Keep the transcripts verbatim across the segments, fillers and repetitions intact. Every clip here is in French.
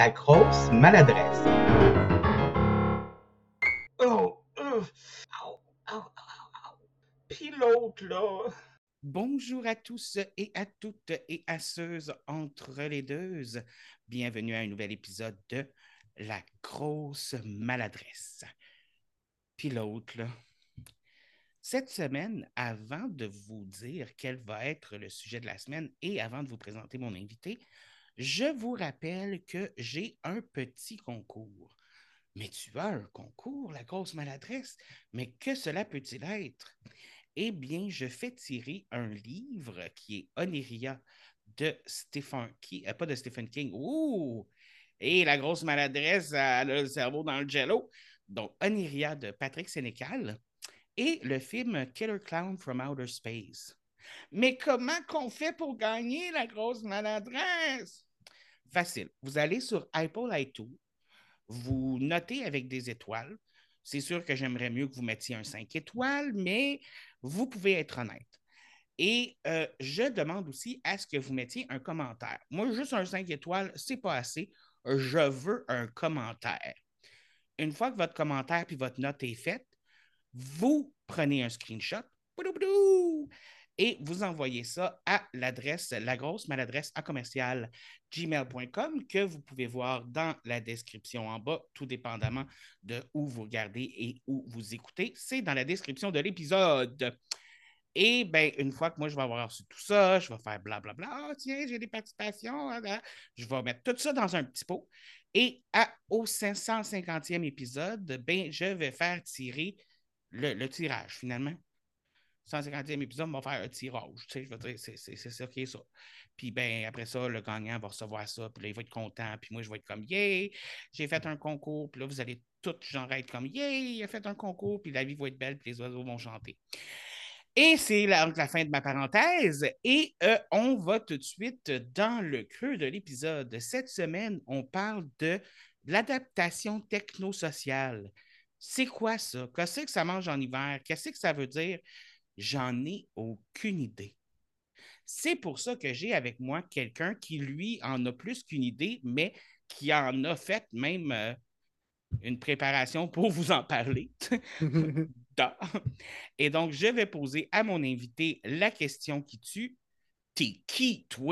la grosse maladresse. Oh, euh, au, au, au, au. Puis l'autre, là. Bonjour à tous et à toutes et à ceux entre les deux. Bienvenue à un nouvel épisode de La grosse maladresse. Puis l'autre, là. Cette semaine, avant de vous dire quel va être le sujet de la semaine et avant de vous présenter mon invité, je vous rappelle que j'ai un petit concours. Mais tu as un concours, la grosse maladresse? Mais que cela peut-il être? Eh bien, je fais tirer un livre qui est Oniria de Stephen King, euh, pas de Stephen King. Ouh! Et la grosse maladresse, elle a le cerveau dans le jello. Donc, Oniria de Patrick Sénécal et le film Killer Clown from Outer Space. Mais comment qu'on fait pour gagner la grosse maladresse? Facile. Vous allez sur Apple iTunes, vous notez avec des étoiles. C'est sûr que j'aimerais mieux que vous mettiez un cinq étoiles, mais vous pouvez être honnête. Et euh, je demande aussi à ce que vous mettiez un commentaire. Moi, juste un cinq étoiles, c'est pas assez. Je veux un commentaire. Une fois que votre commentaire puis votre note est faite, vous prenez un screenshot et vous envoyez ça à l'adresse, la grosse maladresse à commercial gmail point com que vous pouvez voir dans la description en bas, tout dépendamment de où vous regardez et où vous écoutez. C'est dans la description de l'épisode. Et bien, une fois que moi, je vais avoir reçu tout ça, je vais faire blablabla. Ah, tiens, j'ai des participations. Je vais mettre tout ça dans un petit pot. Et à, au cinq cent cinquantième épisode, ben, je vais faire tirer le, le tirage, finalement. cent cinquantième épisode, on va faire un tirage. Tu sais, je veux dire, c'est, c'est, c'est ça qui est ça. Puis, ben, après ça, le gagnant va recevoir ça. Puis là, il va être content. Puis moi, je vais être comme, yay, j'ai fait un concours. Puis là, vous allez tous, genre, être comme, yay, il a fait un concours. Puis la vie va être belle. Puis les oiseaux vont chanter. Et c'est la, la fin de ma parenthèse. Et euh, on va tout de suite dans le creux de l'épisode. Cette semaine, on parle de l'adaptation technosociale. C'est quoi ça? Qu'est-ce que ça mange en hiver? Qu'est-ce que ça veut dire? J'en ai aucune idée. C'est pour ça que j'ai avec moi quelqu'un qui, lui, en a plus qu'une idée, mais qui en a fait même euh, une préparation pour vous en parler. Et donc, je vais poser à mon invité la question qui tue. T'es qui, toi?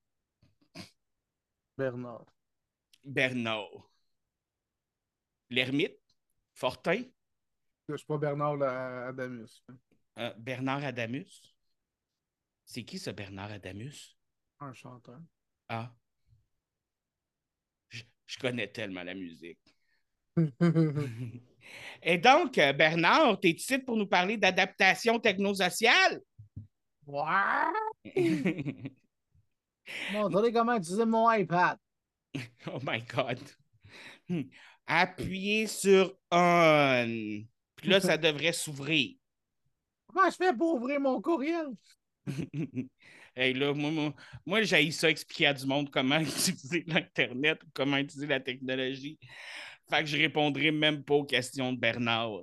Bernard. Bernard. L'ermite? Fortin? Je suis pas Bernard Adamus. Euh, Bernard Adamus? C'est qui ce Bernard Adamus? Un chanteur. Ah, je, je connais tellement la musique. Et donc, Bernard, t'es ici pour nous parler d'adaptation technosociale? Ouais! Montrez comment utiliser mon iPad. Oh my God. Appuyez sur on. Puis là, ça devrait s'ouvrir. Comment je fais pour ouvrir mon courriel? Hey, là, moi, moi, moi j'ai ça expliquer à du monde comment utiliser l'Internet ou comment utiliser la technologie. Fait que je répondrai même pas aux questions de Bernard.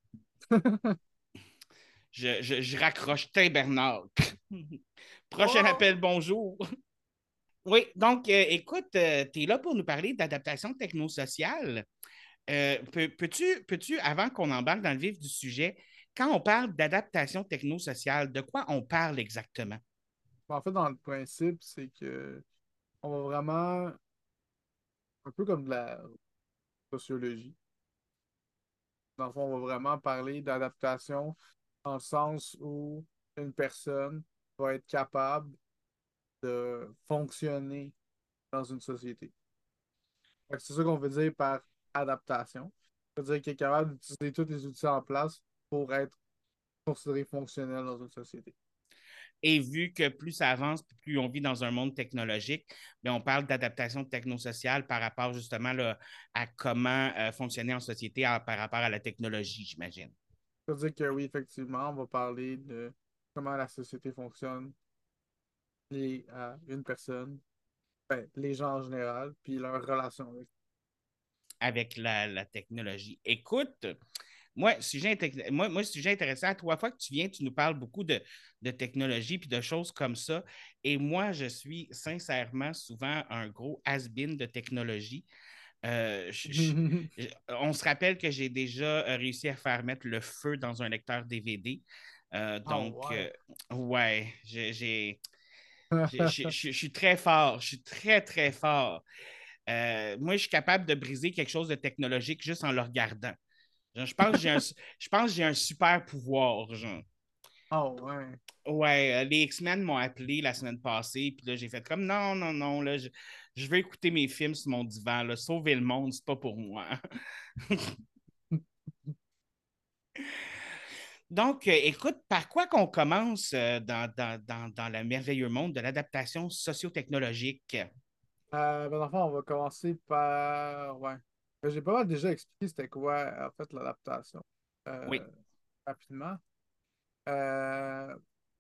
je, je, je raccroche, t'es Bernard. Prochain Oh! appel, bonjour. Oui, donc, euh, écoute, euh, tu es là pour nous parler d'adaptation technosociale. Euh, peux, peux-tu, peux-tu, avant qu'on embarque dans le vif du sujet, quand on parle d'adaptation technosociale, de quoi on parle exactement? En fait, dans le principe, c'est que on va vraiment, un peu comme de la sociologie, dans le fond, on va vraiment parler d'adaptation dans le sens où une personne va être capable de fonctionner dans une société. Fait que c'est ça qu'on veut dire par adaptation. Ça veut dire qu'il est capable d'utiliser tous les outils en place pour être considéré fonctionnel dans une société. Et vu que plus ça avance, plus on vit dans un monde technologique, bien, on parle d'adaptation technosociale par rapport justement là, à comment euh, fonctionner en société à, par rapport à la technologie, j'imagine. Ça veut dire que oui, effectivement, on va parler de comment la société fonctionne liée à une personne, ben, les gens en général, puis leur relation avec. Avec la, la technologie. Écoute, moi, sujet, inté- moi, moi, sujet intéressant, à trois fois que tu viens, tu nous parles beaucoup de, de technologie puis de choses comme ça. Et moi, je suis sincèrement souvent un gros has-been de technologie. Euh, je- je- je- on se rappelle que j'ai déjà euh, réussi à faire mettre le feu dans un lecteur D V D. Euh, Ah donc, ouais. euh, ouais, j'ai, j'ai- j'ai- je je- je suis très fort. Je suis très, très fort. Euh, moi, je suis capable de briser quelque chose de technologique juste en le regardant. Genre, je pense que j'ai un, je pense que j'ai un super pouvoir, genre. Ah ouais. Ouais, euh, les X-Men m'ont appelé la semaine passée, puis là, j'ai fait comme non, non, non, là, je, je vais écouter mes films sur mon divan, là, sauver le monde, c'est pas pour moi. Donc, euh, écoute, par quoi qu'on commence euh, dans, dans, dans, dans le merveilleux monde de l'adaptation sociotechnologique? Euh, ben, dans le fond, on va commencer par. Ouais. Ben, j'ai pas mal déjà expliqué c'était quoi, en fait, l'adaptation. Oui, Euh, rapidement. Euh,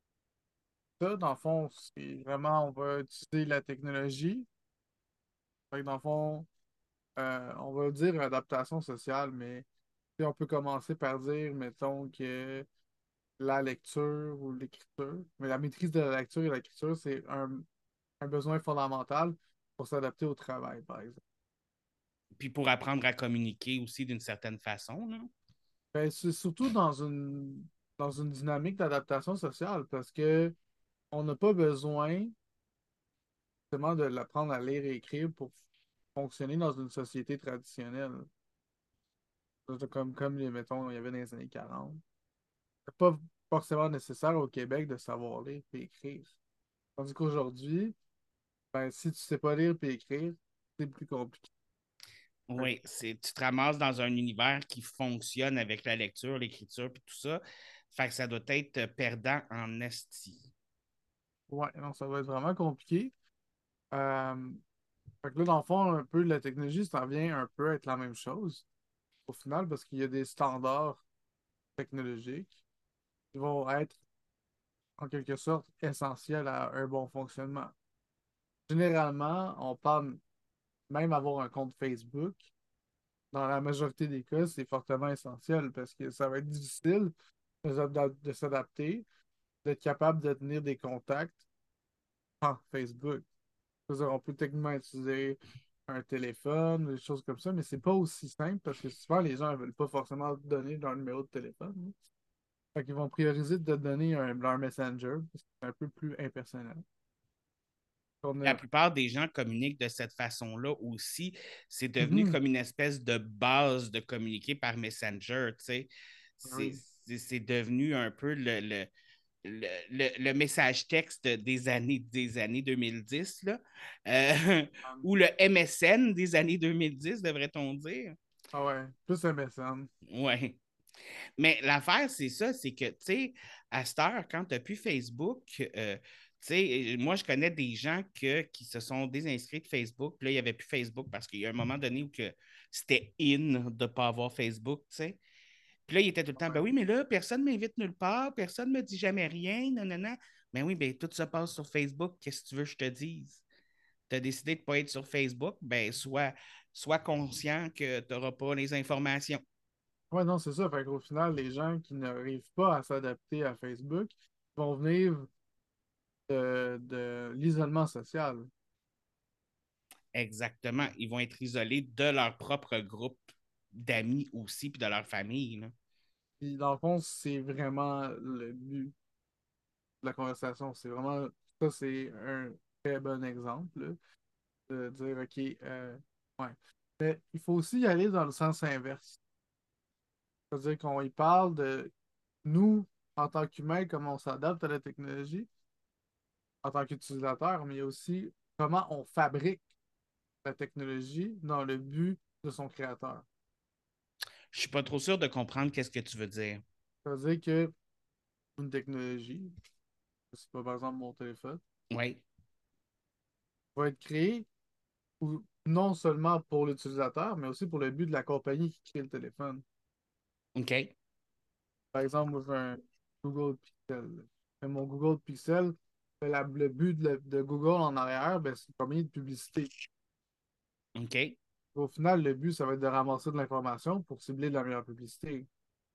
Ça, dans le fond, c'est vraiment, on va utiliser la technologie. Fait que dans le fond, euh, on va dire adaptation sociale, mais si on peut commencer par dire, mettons, que la lecture ou l'écriture, mais la maîtrise de la lecture et l'écriture, c'est un, un besoin fondamental pour s'adapter au travail, par exemple. puis pour apprendre à communiquer aussi d'une certaine façon, là. Ben, c'est surtout dans une, dans une dynamique d'adaptation sociale, parce que on n'a pas besoin seulement de l'apprendre à lire et écrire pour fonctionner dans une société traditionnelle. Comme, comme les, mettons, il y avait dans les années quarante. C'est pas forcément nécessaire au Québec de savoir lire et écrire. Tandis qu'aujourd'hui, ben, si tu sais pas lire et écrire, c'est plus compliqué. Fait Oui, c'est, tu te ramasses dans un univers qui fonctionne avec la lecture, l'écriture, puis tout ça. Fait que ça doit être perdant en esti. ouais, non, ça va être vraiment compliqué. Euh, Fait que là, dans le fond, un peu, la technologie, ça vient un peu être la même chose au final, parce qu'il y a des standards technologiques qui vont être en quelque sorte essentiels à un bon fonctionnement. Généralement, on parle même avoir un compte Facebook. Dans la majorité des cas, c'est fortement essentiel parce que ça va être difficile de s'adap- de s'adapter, d'être capable de tenir des contacts en Facebook. C'est-à-dire, on peut techniquement utiliser un téléphone, des choses comme ça, mais c'est pas aussi simple parce que souvent les gens ne veulent pas forcément te donner leur numéro de téléphone, hein. Fait qu'ils vont prioriser de te donner un, leur Messenger parce que c'est un peu plus impersonnel. On La a... plupart des gens communiquent de cette façon-là aussi. C'est devenu Mhm. comme une espèce de base de communiquer par Messenger, tu sais. Ben C'est, oui. c'est, c'est devenu un peu le, le, le, le, le message texte des années, des années deux mille dix, là. Euh, Um, ou le M S N des années deux mille dix, devrait-on dire. ah ouais, plus M S N. Ouais. Mais l'affaire, c'est ça, c'est que, tu sais, à cette heure, quand tu n'as plus Facebook, euh, tu sais, moi, je connais des gens que, qui se sont désinscrits de Facebook, puis là, il n'y avait plus Facebook parce qu'il y a un moment donné où que c'était in de ne pas avoir Facebook, tu sais. Puis là, il était tout le temps, ben Ouais. oui, mais là, personne ne m'invite nulle part, personne ne me dit jamais rien, non, non, non. Ben oui, ben tout se passe sur Facebook, qu'est-ce que tu veux que je te dise? Tu as décidé de ne pas être sur Facebook, ben sois, sois conscient que tu n'auras pas les informations. Ouais, non, c'est ça. Fait qu'au final, les gens qui n'arrivent pas à s'adapter à Facebook vont venir de, de l'isolement social. Exactement. Ils vont être isolés de leur propre groupe d'amis aussi, puis de leur famille, là. Puis dans le fond, c'est vraiment le but de la conversation. C'est vraiment, ça, c'est un très bon exemple là, de dire, OK, euh, ouais. Mais il faut aussi y aller dans le sens inverse. C'est-à-dire qu'on y parle de nous, en tant qu'humains, comment on s'adapte à la technologie, en tant qu'utilisateur, mais aussi comment on fabrique la technologie dans le but de son créateur. Je suis pas trop sûr de comprendre qu'est-ce que tu veux dire. C'est-à-dire que une technologie, c'est pas par exemple mon téléphone, Oui, va être créée ou- non seulement pour l'utilisateur, mais aussi pour le but de la compagnie qui crée le téléphone. OK. Par exemple, moi, j'ai un Google Pixel. Mais mon Google Pixel, la- le but de, de Google en arrière, ben, c'est une compagnie de publicité. OK. Au final, le but, ça va être de ramasser de l'information pour cibler de la meilleure publicité.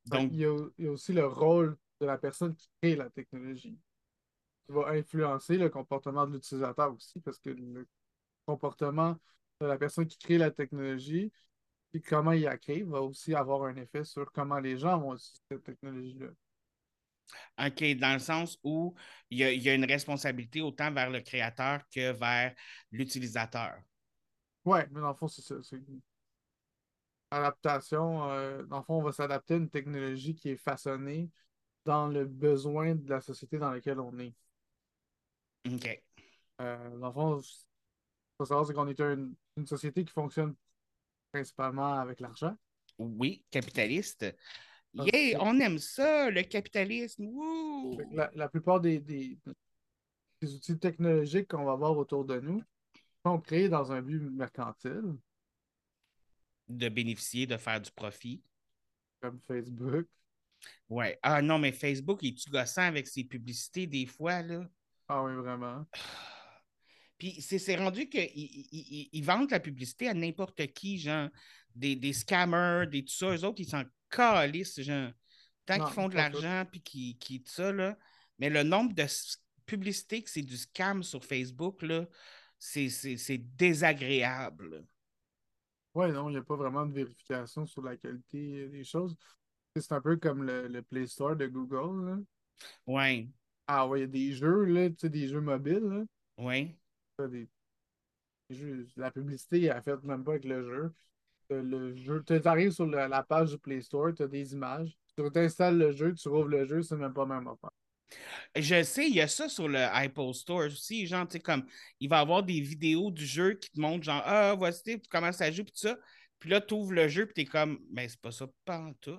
Ouais, Donc, il y a, il y a aussi le rôle de la personne qui crée la technologie, qui va influencer le comportement de l'utilisateur aussi, parce que le comportement de la personne qui crée la technologie, puis comment il la crée, va aussi avoir un effet sur comment les gens vont utiliser cette technologie-là. OK, dans le sens où il y a, il y a une responsabilité autant vers le créateur que vers l'utilisateur. Ouais, mais dans le fond, c'est ça. C'est une adaptation. Euh, dans le fond, on va s'adapter à une technologie qui est façonnée dans le besoin de la société dans laquelle on est. OK. Euh, dans le fond, ce qu'il faut savoir, c'est qu'on est une, une société qui fonctionne principalement avec l'argent. Oui, capitaliste. Parce Yeah, que on aime ça, le capitalisme. fait que Wouh! la, la plupart des, des- des outils technologiques qu'on va voir autour de nous sont créés dans un but mercantile, De bénéficier, de faire du profit. comme Facebook. Ouais. Ah non, mais Facebook, il est-tu gossant avec ses publicités des fois, là? Ah oui, vraiment. Puis c'est c'est rendu qu'ils ils, ils- ils vendent la publicité à n'importe qui, genre des, des scammers, des tout ça. Eux autres, ils s'en calissent, genre. Tant qu'ils Non, font de pas tout. l'argent, puis qu'ils qu'ils tout ça, là. Mais le nombre de s- publicités que c'est du scam sur Facebook, là, c'est c'est- c'est désagréable. Ouais, non, il n'y a pas vraiment de vérification sur la qualité des choses. C'est un peu comme le, le Play Store de Google, là. Ouais, Ah ouais, il y a des jeux, là, tu sais, des jeux mobiles, là. ouais. T'as des, des jeux- la publicité, elle est faite même pas avec le jeu. T'as le jeu, tu arrives sur la, la page du Play Store, tu as des images. Tu installes le jeu, tu rouvres le jeu, c'est même pas même affaire. Je sais, il y a ça sur le Apple Store aussi, genre, tu sais, comme, il va y avoir des vidéos du jeu qui te montrent, genre, ah, voici comment ça joue, puis tout ça. Puis là, tu ouvres le jeu, puis t'es comme, mais c'est pas ça, pas en tout.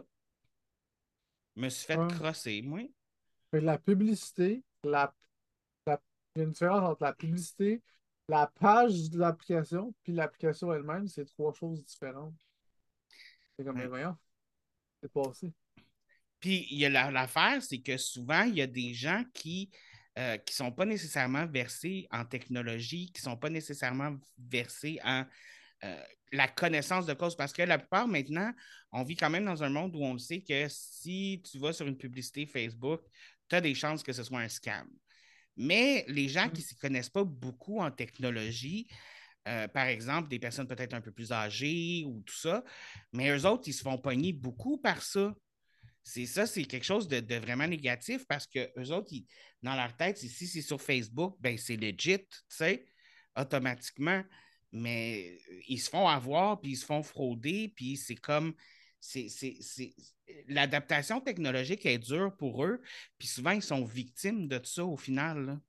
Je me suis fait Ouais. crosser, moi. Fait que la publicité, la, la- il y a une différence entre la publicité, la page de l'application, puis l'application elle-même, c'est trois choses différentes. C'est comme, mais Ouais. voyons, c'est passé. Puis il y a la- l'affaire, c'est que souvent, il y a des gens qui euh, qui sont pas nécessairement versés en technologie, qui sont pas nécessairement versés en euh, la connaissance de cause. Parce que la plupart, maintenant, on vit quand même dans un monde où on le sait que si tu vas sur une publicité Facebook, tu as des chances que ce soit un scam. Mais les gens qui ne s'y connaissent pas beaucoup en technologie, euh, par exemple, des personnes peut-être un peu plus âgées ou tout ça, mais eux autres, ils se font pogner beaucoup par ça. C'est ça, c'est quelque chose de, de vraiment négatif parce que eux autres, ils- dans leur tête, si c'est sur Facebook, ben c'est legit, tu sais, automatiquement. Mais euh, ils se font avoir, puis ils se font frauder, puis c'est comme. C'est, c'est, c'est- L'adaptation technologique est dure pour eux, puis souvent, ils sont victimes de ça au final, là.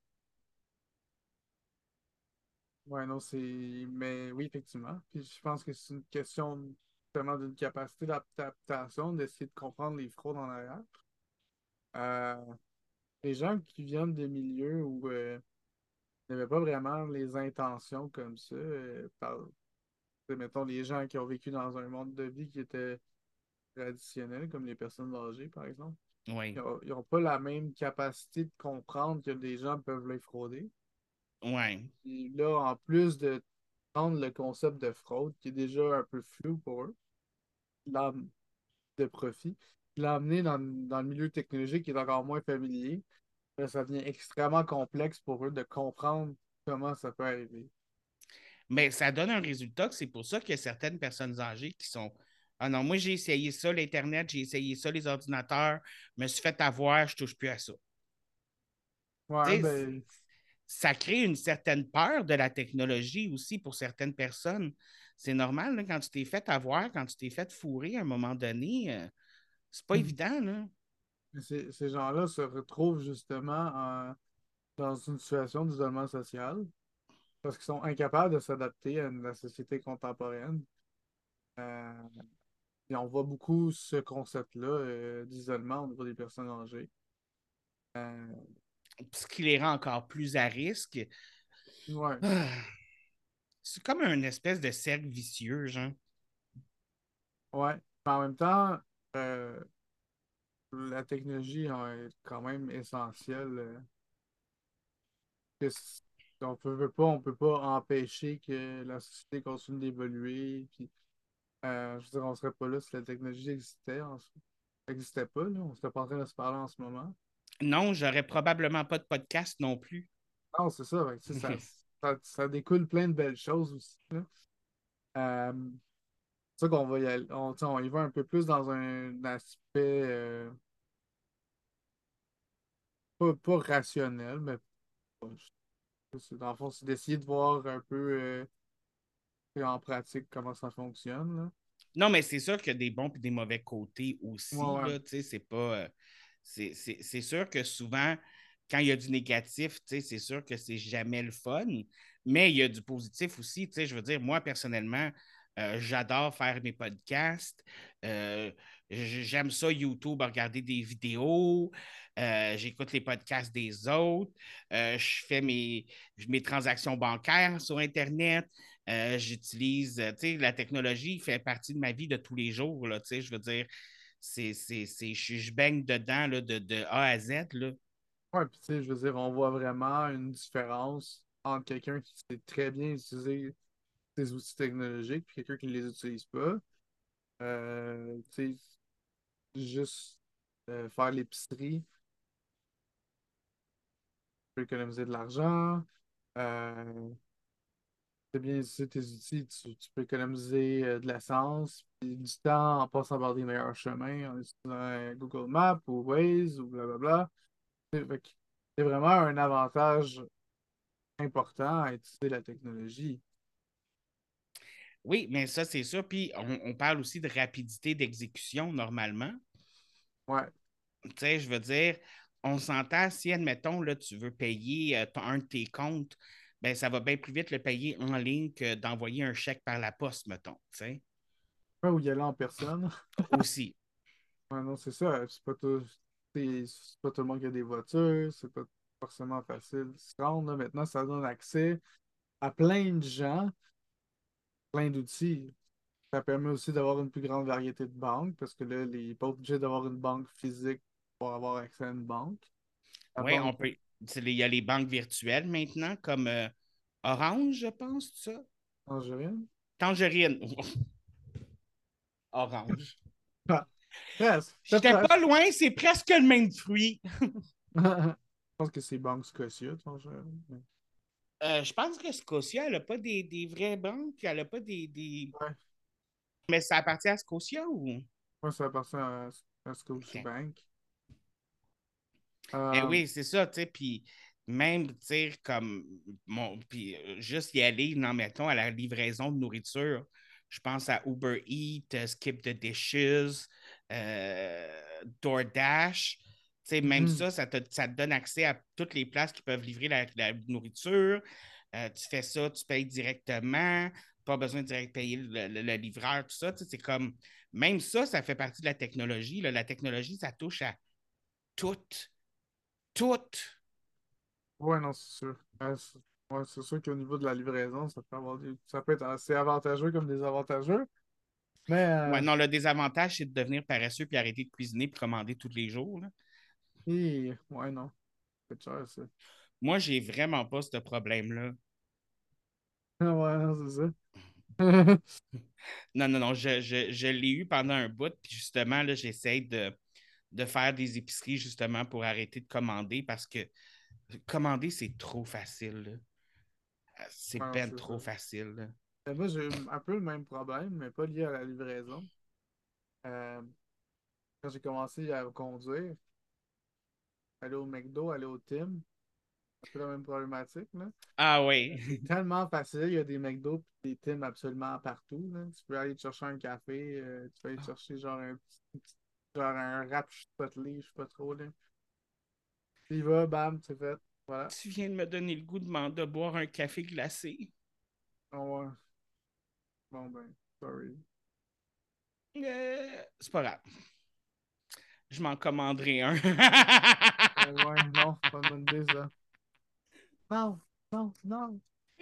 Ouais, non, c'est. Mais oui, effectivement. Puis je pense que c'est une question justement d'une capacité d'adaptation, d'essayer de comprendre les fraudes en arrière. Euh, les gens qui viennent des milieux où euh, il n'y avait pas vraiment les intentions comme ça, euh, par, tu sais, mettons, les gens qui ont vécu dans un monde de vie qui était traditionnel, comme les personnes âgées, par exemple, Oui, ils n'ont pas la même capacité de comprendre que des gens peuvent les frauder. oui. Et là, en plus de prendre le concept de fraude, qui est déjà un peu flou pour eux, l'âme de profit, l'amener dans, dans le milieu technologique qui est encore moins familier, là, ça devient extrêmement complexe pour eux de comprendre comment ça peut arriver. Mais ça donne un résultat, que c'est pour ça qu'il y a certaines personnes âgées qui sont. Ah non, moi j'ai essayé ça, l'Internet, j'ai essayé ça, les ordinateurs, je me suis fait avoir, je touche plus à ça. Ouais, Tu sais, ben, ça crée une certaine peur de la technologie aussi pour certaines personnes. C'est normal, là, quand tu t'es fait avoir, quand tu t'es fait fourrer à un moment donné, euh, c'est pas évident, là. ces, ces gens-là se retrouvent justement en- dans une situation d'isolement social parce qu'ils sont incapables de s'adapter à la société contemporaine. Euh, et on voit beaucoup ce concept-là euh, d'isolement au niveau des personnes âgées. Euh, Ce qui les rend encore plus à risque. ouais, Ah, c'est comme un espèce de cercle vicieux, genre. ouais. Mais en même temps, euh, la technologie euh, est quand même essentielle. euh, que si on peut, veut pas, on peut pas empêcher que la société continue d'évoluer. Puis, euh, je veux dire, on serait pas là si la technologie existait en soi. Ça n'existait pas, là. On n'était pas en train de se parler en ce moment. Non, j'aurais probablement pas de podcast non plus. Non, c'est ça. Fait que, tu sais, ça, ça, ça découle plein de belles choses aussi, là. Euh, c'est ça qu'on va y aller. On, tu sais, on y va un peu plus dans un aspect euh, pas, pas rationnel, mais pas- c'est- dans le fond, c'est d'essayer de voir un peu euh, en pratique comment ça fonctionne, là. Non, mais c'est sûr qu'il y a des bons et des mauvais côtés Ouais, aussi, ouais. là, tu sais, c'est pas... euh, c'est c'est- c'est sûr que souvent, quand il y a du négatif, tu sais, c'est sûr que c'est jamais le fun, mais il y a du positif aussi, tu sais, je veux dire, moi, personnellement, euh, j'adore faire mes podcasts, euh, j- j'aime ça, YouTube, regarder des vidéos, euh, j'écoute les podcasts des autres, euh, je fais mes, mes transactions bancaires sur Internet, euh, j'utilise, euh, tu sais, la technologie fait partie de ma vie de tous les jours, là, tu sais, je veux dire, c'est, c'est, c'est, je, je baigne dedans là, de, de A à Z, là. Ouais, puis tu sais, je veux dire, on voit vraiment une différence entre quelqu'un qui sait très bien utiliser ces outils technologiques et quelqu'un qui ne les utilise pas. Euh, tu sais, juste euh, faire l'épicerie, tu peux économiser de l'argent. Euh, c'est bien utiliser tes outils, tu, tu peux économiser euh, de l'essence, puis du temps en passant par des meilleurs chemins, en utilisant euh, Google Maps ou Waze ou blablabla. C'est fait que c'est vraiment un avantage important à utiliser la technologie. Oui, mais ça, c'est ça. Puis on, on parle aussi de rapidité d'exécution normalement. Ouais. Tu sais, je veux dire, on s'entend si, admettons, là, tu veux payer euh, ton- un de tes comptes, ben, ça va bien plus vite le payer en ligne que d'envoyer un chèque par la poste, mettons. Tu sais, Ouais, ou y aller en personne. aussi. Ouais, non, c'est ça. C'est pas tout, c'est c'est pas tout le monde qui a des voitures. C'est pas forcément facile de se rendre, là. Maintenant, ça donne accès à plein de gens, plein d'outils. Ça permet aussi d'avoir une plus grande variété de banques parce que là, les pas obligé d'avoir une banque physique pour avoir accès à une banque. La Oui, on banque peut. Tu sais, il y a les banques virtuelles maintenant, comme euh, Orange, je pense, tout ça. algérienne. Tangerine. Orange. Ah, presque. C'est J'étais pas presque. loin, c'est presque le même fruit. Je pense que c'est Banque Scotia, Tangerine. Euh, je pense que Scotia, elle n'a pas des, des vraies banques, elle n'a pas des, des. Ouais. Mais ça appartient à Scotia ou? Moi, ça appartient à, à OK. Scotiabank. Mais Euh, oui, c'est ça, tu sais, puis même, tu sais, comme, mon, puis euh, juste y aller, non, mettons, à la livraison de nourriture, je pense à Uber Eats, euh, Skip the Dishes, euh, DoorDash, tu sais, même mhm. ça, ça te, ça te donne accès à toutes les places qui peuvent livrer la, la nourriture. Euh, tu fais ça, tu payes directement, pas besoin de direct payer le, le- le livreur, tout ça, tu sais, c'est comme, même ça, ça fait partie de la technologie, là. La technologie, ça touche à tout toutes. Ouais, non, c'est sûr. Euh, c'est ouais, c'est sûr qu'au niveau de la livraison, ça peut avoir des- ça peut être assez avantageux comme désavantageux. Mais Ouais, euh, non, le désavantage, c'est de devenir paresseux puis arrêter de cuisiner puis commander tous les jours, là. hi, ouais, non. C'est cher, ça. Moi, j'ai vraiment pas ce problème-là. Ouais, non, c'est ça. Non, non, non, je, je, je l'ai eu pendant un bout, puis justement, là, j'essaie de, de faire des épiceries justement pour arrêter de commander parce que commander, c'est trop facile, là. C'est Ouais, non, ben c'est ça. trop facile, là. Et moi, j'ai eu un peu le même problème, mais pas lié à la livraison. Euh, Quand j'ai commencé à conduire, aller au McDo, aller au Tim, un peu la même problématique, là. Ah Euh, oui. C'est tellement facile, il y a des McDo et des Tim absolument partout, là. Tu peux aller te chercher un café, euh, tu peux aller te chercher genre un petit, petit- genre un wrap spotlé, je sais pas trop, là. Tu y vas, bam, c'est fait. Voilà. Tu viens de me donner le goût de, m'en- de boire un café glacé. On va- Bon ben, sorry. Euh, c'est pas grave. Je m'en commanderai un. Euh, ouais, non, pas une bonne idée, ça. Non, non, non.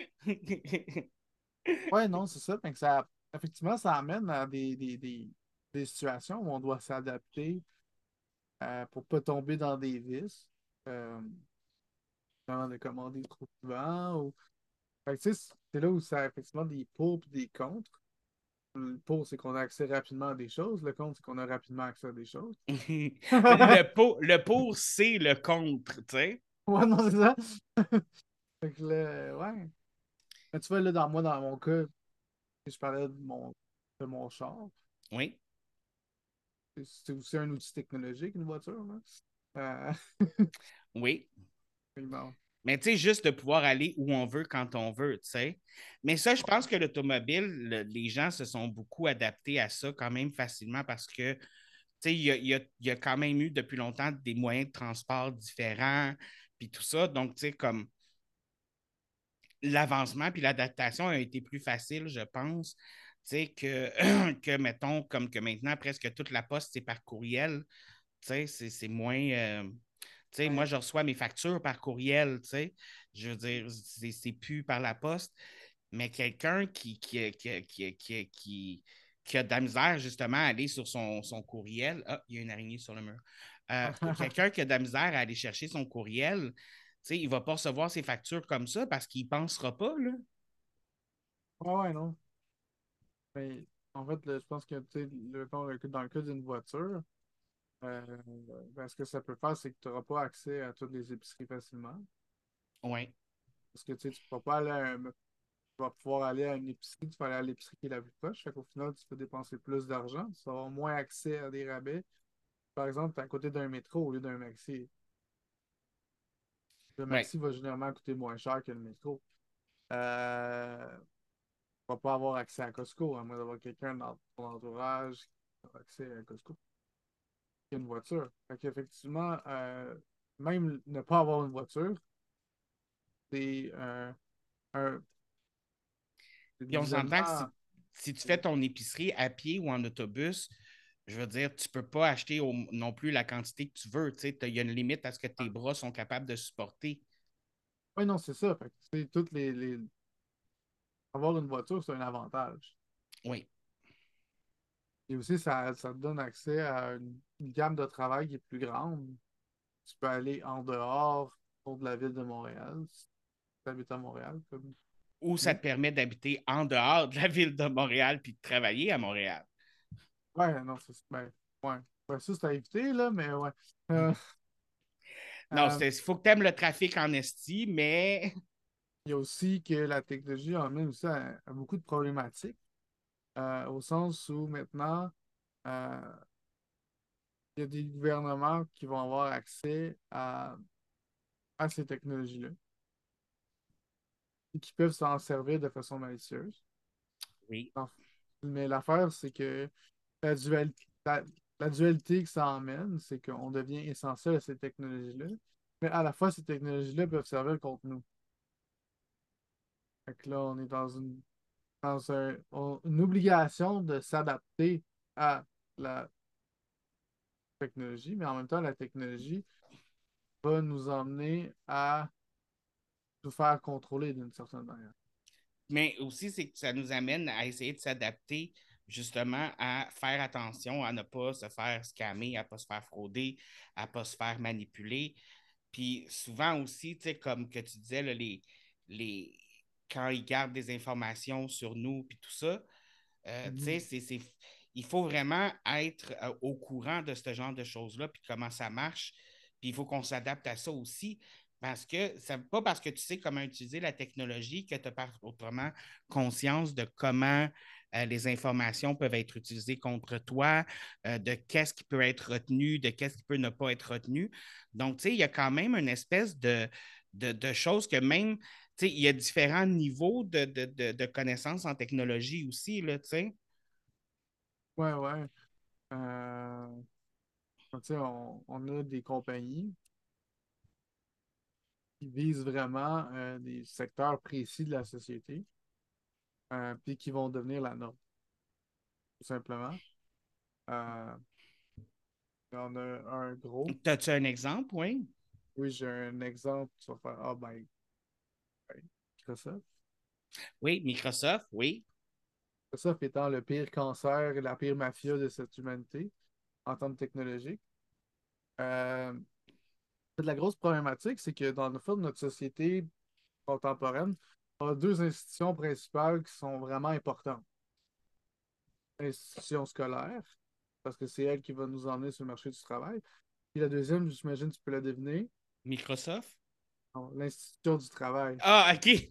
Ouais, non, c'est ça. Fait que ça, effectivement, ça amène à des, des, des, des situations où on doit s'adapter euh, pour pas tomber dans des vices. Euh, Avant de commander trop souvent. Ou... Fait que, tu sais, c'est là où ça a effectivement des pour et des contre. Le pour, c'est qu'on a accès rapidement à des choses. Le contre, c'est qu'on a rapidement accès à des choses. le, pour, le pour, c'est le contre, tu sais. Ouais, non, c'est ça. Fait que là, ouais. Mais tu vois, là, dans moi, dans mon cas, je parlais de mon, de mon char. Oui, C'est aussi un outil technologique, une voiture, là. Euh, oui. bon. Mais tu sais, juste de pouvoir aller où on veut quand on veut, tu sais. Mais ça, je pense que l'automobile, le- les gens se sont beaucoup adaptés à ça quand même facilement parce que, tu sais, il y a, il y a- il y a quand même eu depuis longtemps des moyens de transport différents, puis tout ça. Donc, tu sais, comme l'avancement puis l'adaptation a été plus facile, je pense, tu sais, que, que, mettons, comme que maintenant, presque toute la poste, c'est par courriel. Tu sais, c'est c'est moins. Euh, tu sais, moi, Ouais. je reçois mes factures par courriel, tu sais. Je veux dire, c'est c'est plus par la poste. Mais quelqu'un qui, qui, qui, qui, qui, qui, qui a de la misère, justement, à aller sur son, son courriel. Ah, il y a une araignée sur le mur. Euh, quelqu'un qui a de la misère à aller chercher son courriel, tu sais, il ne va pas recevoir ses factures comme ça parce qu'il ne pensera pas, là. Ouais, ouais, non. Mais en fait, là, je pense que, tu sais, le- dans le dans le cas d'une voiture, euh, ben, ce que ça peut faire, c'est que tu n'auras pas accès à toutes les épiceries facilement. Oui, Parce que, tu sais, tu ne pourras pas aller à un- tu vas pouvoir aller à une épicerie, tu vas aller à l'épicerie qui est la plus proche. Fait qu'au final, tu peux dépenser plus d'argent, tu vas avoir moins accès à des rabais. Par exemple, tu es à côté d'un métro au lieu d'un maxi. Le oui. maxi va généralement coûter moins cher que le métro. Euh, tu vas pas avoir accès à Costco, à moins d'avoir quelqu'un dans ton entourage qui a accès à Costco. Il y a une voiture. Fait qu'effectivement, euh, même ne pas avoir une voiture, c'est euh, un, c'est Puis on des s'entend que éléments. si, si tu fais ton épicerie à pied ou en autobus, je veux dire, tu ne peux pas acheter au- non plus la quantité que tu veux. Tu sais, il y a une limite à ce que tes bras sont capables de supporter. Oui, non, c'est ça. Fait que, tu sais, toutes les, les- avoir une voiture, c'est un avantage. Oui, Et aussi, ça, ça te donne accès à une, une gamme de travail qui est plus grande. Tu peux aller en dehors, autour de la ville de Montréal, si tu habites à Montréal, comme ou ça nous. te permet d'habiter en dehors de la ville de Montréal puis de travailler à Montréal. Ouais, non, c'est ben, ouais. Ouais, ça, c'est à éviter, là, mais ouais. Euh, Non, euh, il faut que tu aimes le trafic en esti, mais il y a aussi que la technologie emmène aussi à, à beaucoup de problématiques, euh, au sens où maintenant, euh, il y a des gouvernements qui vont avoir accès à, à ces technologies-là et qui peuvent s'en servir de façon malicieuse. oui. Non. Mais l'affaire, c'est que la dualité, la, la dualité que ça emmène, c'est qu'on devient essentiel à ces technologies-là, mais à la fois, ces technologies-là peuvent servir contre nous. Fait que là, on est dans une, dans un- on- une obligation de s'adapter à la technologie, mais en même temps, la technologie va nous emmener à nous faire contrôler d'une certaine manière. Mais aussi, c'est que ça nous amène à essayer de s'adapter justement à faire attention à ne pas se faire scammer, à ne pas se faire frauder, à ne pas se faire manipuler. Puis souvent aussi, tu sais, comme que tu disais, là, les, les, quand ils gardent des informations sur nous, puis tout ça, euh, tu sais, Mhm. c'est, c'est, il faut vraiment être euh, au courant de ce genre de choses-là, puis comment ça marche. Puis il faut qu'on s'adapte à ça aussi. Parce que c'est pas parce que tu sais comment utiliser la technologie que tu as autrement conscience de comment euh, les informations peuvent être utilisées contre toi, euh, de qu'est-ce qui peut être retenu, de qu'est-ce qui peut ne pas être retenu. Donc, tu sais, il y a quand même une espèce de, de, de choses que même, tu sais, il y a différents niveaux de, de, de, de connaissances en technologie aussi, là, tu sais. Ouais, ouais. Euh, tu sais, on, on a des compagnies qui visent vraiment euh, des secteurs précis de la société, euh, puis qui vont devenir la norme, tout simplement. Euh, on a un gros. As-tu un exemple, oui? Oui, j'ai un exemple. Tu vas faire, ah ben, ben, Microsoft. Oui, Microsoft, oui. Microsoft étant le pire cancer et la pire mafia de cette humanité en termes technologiques. Euh, la grosse problématique, c'est que dans le fond de notre société contemporaine, on a deux institutions principales qui sont vraiment importantes. institution scolaire, parce que c'est elle qui va nous emmener sur le marché du travail. Puis la deuxième, j'imagine, tu peux la deviner. Microsoft? Non, l'institution du travail. Ah, OK.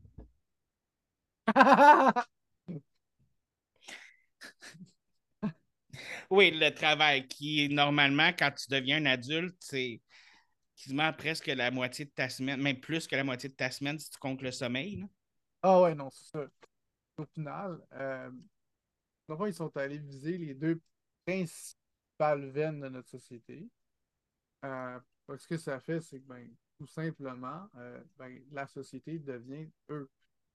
Oui, le travail qui, normalement, quand tu deviens un adulte, c'est quasiment presque la moitié de ta semaine, même plus que la moitié de ta semaine si tu comptes le sommeil. Là. Ah ouais, non, c'est ça. Au final, euh, dans le fond, ils sont allés viser les deux principales veines de notre société. Euh, parce que ce que ça fait, c'est que ben, tout simplement, euh, ben, la société devient eux.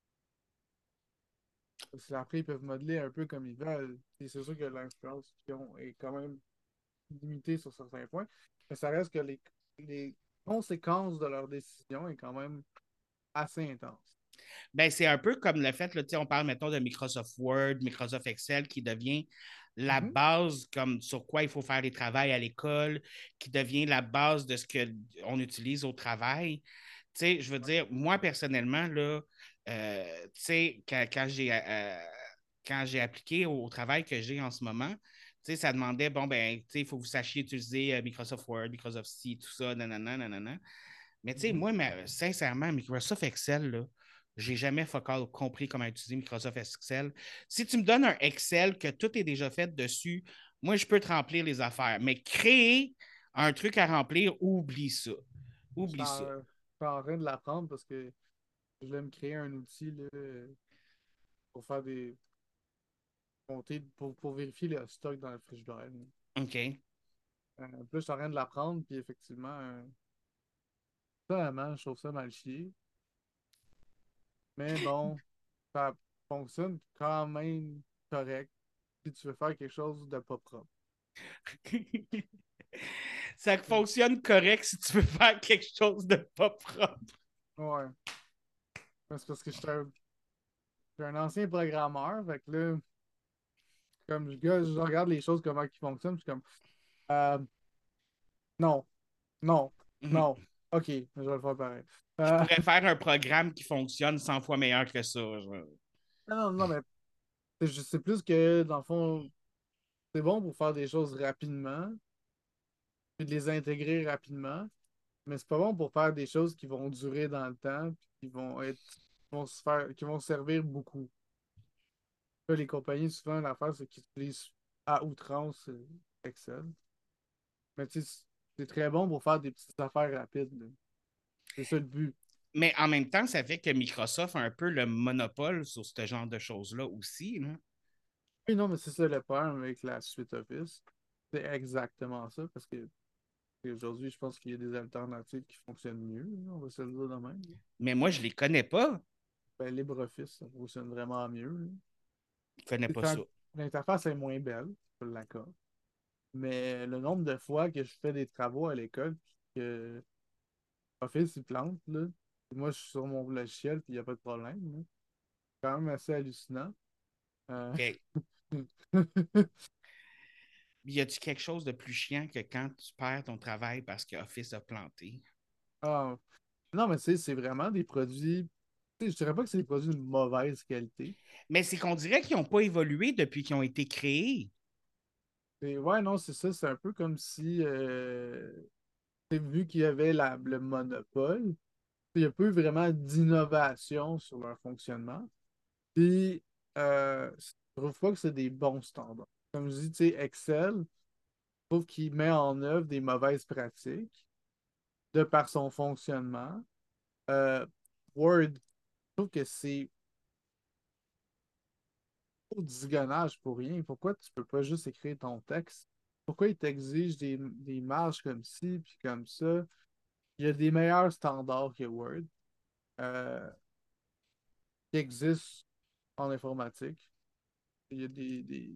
Parce qu'après, ils peuvent modeler un peu comme ils veulent. Et c'est sûr que l'influence qu'ils ont est quand même limitée sur certains points. Mais ça reste que les, les conséquences de leurs décisions est quand même assez intense. Ben, c'est un peu comme le fait, là, on parle, mettons, de Microsoft Word, Microsoft Excel, qui devient la Mhm. base comme sur quoi il faut faire les travails à l'école, qui devient la base de ce qu'on utilise au travail. Tu sais, je veux dire, moi, personnellement, là, euh, tu sais, quand, quand j'ai euh, quand j'ai appliqué au, au travail que j'ai en ce moment, tu sais, ça demandait, bon, ben, tu sais, il faut que vous sachiez utiliser euh, Microsoft Word, Microsoft C, tout ça, nanana, nanana. Mais tu sais, Mhm. moi, ma- sincèrement, Microsoft Excel, là, j'ai jamais focal compris comment utiliser Microsoft Excel. Si tu me donnes un Excel que tout est déjà fait dessus, moi, je peux te remplir les affaires. Mais créer un truc à remplir, oublie ça. Je suis Oublie en, ça. je suis en train de l'apprendre parce que je voulais me créer un outil là, pour faire des compter, pour, pour vérifier le stock dans le frigidaire. OK. Euh, puis là, je suis en train de l'apprendre, puis effectivement, euh, vraiment, je trouve ça mal chié. Mais bon, ça fonctionne quand même correct si tu veux faire quelque chose de pas propre. Ça fonctionne correct si tu veux faire quelque chose de pas propre. Ouais. C'est parce que je suis un, je suis un ancien programmeur, fait que là, comme je, je regarde les choses, comment ils fonctionnent, je suis comme, euh, non, non, Mhm. non, ok, je vais le faire pareil. Je Euh, pourrais faire un programme qui fonctionne cent fois meilleur que ça. genre. non, non, mais je sais plus que, dans le fond, c'est bon pour faire des choses rapidement, puis de les intégrer rapidement, mais c'est pas bon pour faire des choses qui vont durer dans le temps, puis qui vont être, qui vont se faire, qui vont servir beaucoup. Là, les compagnies, souvent, l'affaire, c'est qu'ils utilisent à outrance euh, Excel. Mais tu sais, c'est très bon pour faire des petites affaires rapides, là. C'est ça le but. Mais en même temps, ça fait que Microsoft a un peu le monopole sur ce genre de choses-là aussi. Là. Oui, non, mais c'est ça le problème avec la suite Office. C'est exactement ça, parce que aujourd'hui, je pense qu'il y a des alternatives qui fonctionnent mieux, là, on va se le dire de même, là. Mais moi, je les connais pas. Ben, LibreOffice, ça fonctionne vraiment mieux, là. Je connais C'est pas quand- ça. L'interface est moins belle, je l'accorde. Mais le nombre de fois que je fais des travaux à l'école, puis que Office, il plante, là, et moi, je suis sur mon logiciel, puis il n'y a pas de problème, là. C'est quand même assez hallucinant. Euh, OK. Y a-tu quelque chose de plus chiant que quand tu perds ton travail parce que Office a planté? Ah, non, mais tu sais, c'est vraiment des produits. Tu sais, je dirais pas que c'est des produits de mauvaise qualité. Mais c'est qu'on dirait qu'ils n'ont pas évolué depuis qu'ils ont été créés. Et ouais, non, c'est ça. C'est un peu comme si, euh, tu sais, vu qu'il y avait la- le monopole, il n'y a peu vraiment d'innovation sur leur fonctionnement. Puis, euh, je trouve pas que c'est des bons standards. Comme je dis, tu sais, Excel, je trouve qu'il met en œuvre des mauvaises pratiques de par son fonctionnement. Euh, Word, je trouve que c'est trop de zigonnage pour rien. Pourquoi tu peux pas juste écrire ton texte? Pourquoi il t'exige des, des marges comme ci puis comme ça? Il y a des meilleurs standards que Word euh, qui existent en informatique. Il y a des, des...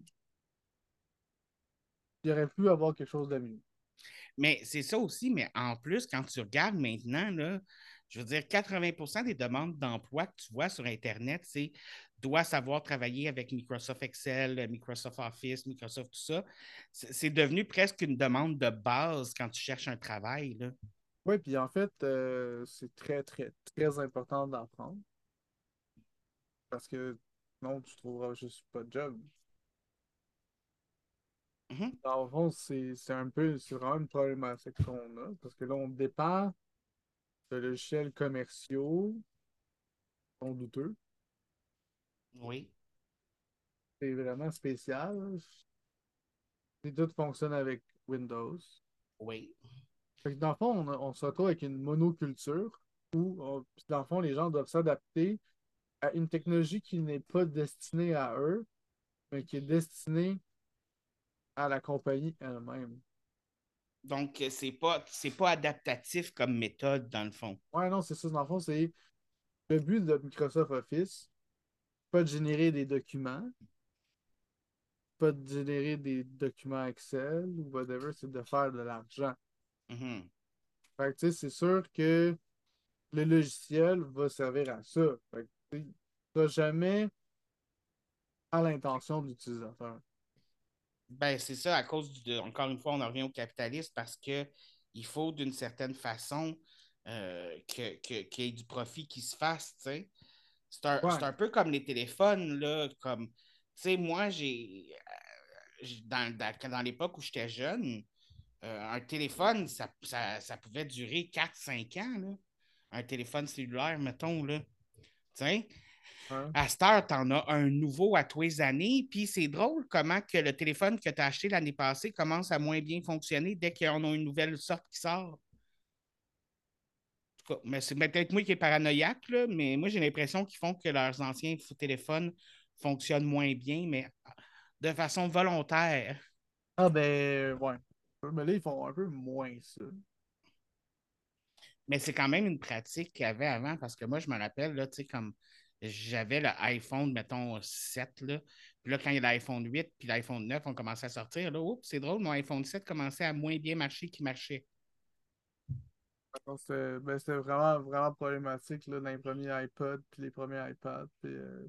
Il aurait pu avoir quelque chose de mieux. Mais c'est ça aussi, mais en plus, quand tu regardes maintenant, là, je veux dire, quatre-vingts pour cent des demandes d'emploi que tu vois sur Internet, c'est doit savoir travailler avec Microsoft Excel, Microsoft Office, Microsoft, tout ça. C'est c'est devenu presque une demande de base quand tu cherches un travail. Là. Oui, puis en fait, euh, c'est très, très, très important d'apprendre parce que non, tu trouveras juste pas de job. Mhm. Dans le fond, c'est c'est un peu, c'est vraiment une problématique qu'on a, parce que là, on dépend de logiciels commerciaux, qui sont douteux. Oui, C'est vraiment spécial. Et tout fonctionne avec Windows. oui. Fait que dans le fond, on, a- on se retrouve avec une monoculture où, on- puis dans le fond, les gens doivent s'adapter à une technologie qui n'est pas destinée à eux, mais qui est destinée à la compagnie elle-même. Donc, euh, c'est pas, c'est pas adaptatif comme méthode, dans le fond. Ouais, non, c'est ça. Dans le fond, c'est le but de Microsoft Office, pas de générer des documents, pas de générer des documents Excel ou whatever, c'est de faire de l'argent. Mhm. Fait que, tu sais, c'est sûr que le logiciel va servir à ça. Fait que, tu sais, il sera jamais à l'intention de l'utilisateur. Ben, c'est ça, à cause du, de- encore une fois, on en revient au capitalisme parce que il faut d'une certaine façon euh, que, que- qu'il y ait du profit qui se fasse, tu sais. C'est un, c'est Ouais, un peu comme les téléphones, là, comme, tu sais, moi, j'ai, euh, j'ai- dans, dans, dans l'époque où j'étais jeune, euh, un téléphone, ça, ça, ça pouvait durer quatre cinq ans, là. Un téléphone cellulaire, mettons, là. Tu sais, ouais. à cette heure, tu en as un nouveau à tous les années. Puis c'est drôle comment que le téléphone que tu as acheté l'année passée commence à moins bien fonctionner dès qu'ils en ont une nouvelle sorte qui sort. En tout cas, mais c'est peut-être moi qui est paranoïaque, là, mais moi, j'ai l'impression qu'ils font que leurs anciens téléphones fonctionnent moins bien, mais de façon volontaire. Ah ben, ouais. Mais là, ils font un peu moins ça. Mais c'est quand même une pratique qu'il y avait avant, parce que moi, je me rappelle, là, tu sais, comme j'avais le iPhone, mettons, sept là. Puis là, quand il y a l'iPhone huit puis l'iPhone neuf ont commencé à sortir, là, oups, c'est drôle, mon iPhone sept commençait à moins bien marcher qu'il marchait. Donc, C'était ben, c'était vraiment, vraiment problématique là, dans les premiers iPods puis les premiers iPads. Puis, euh,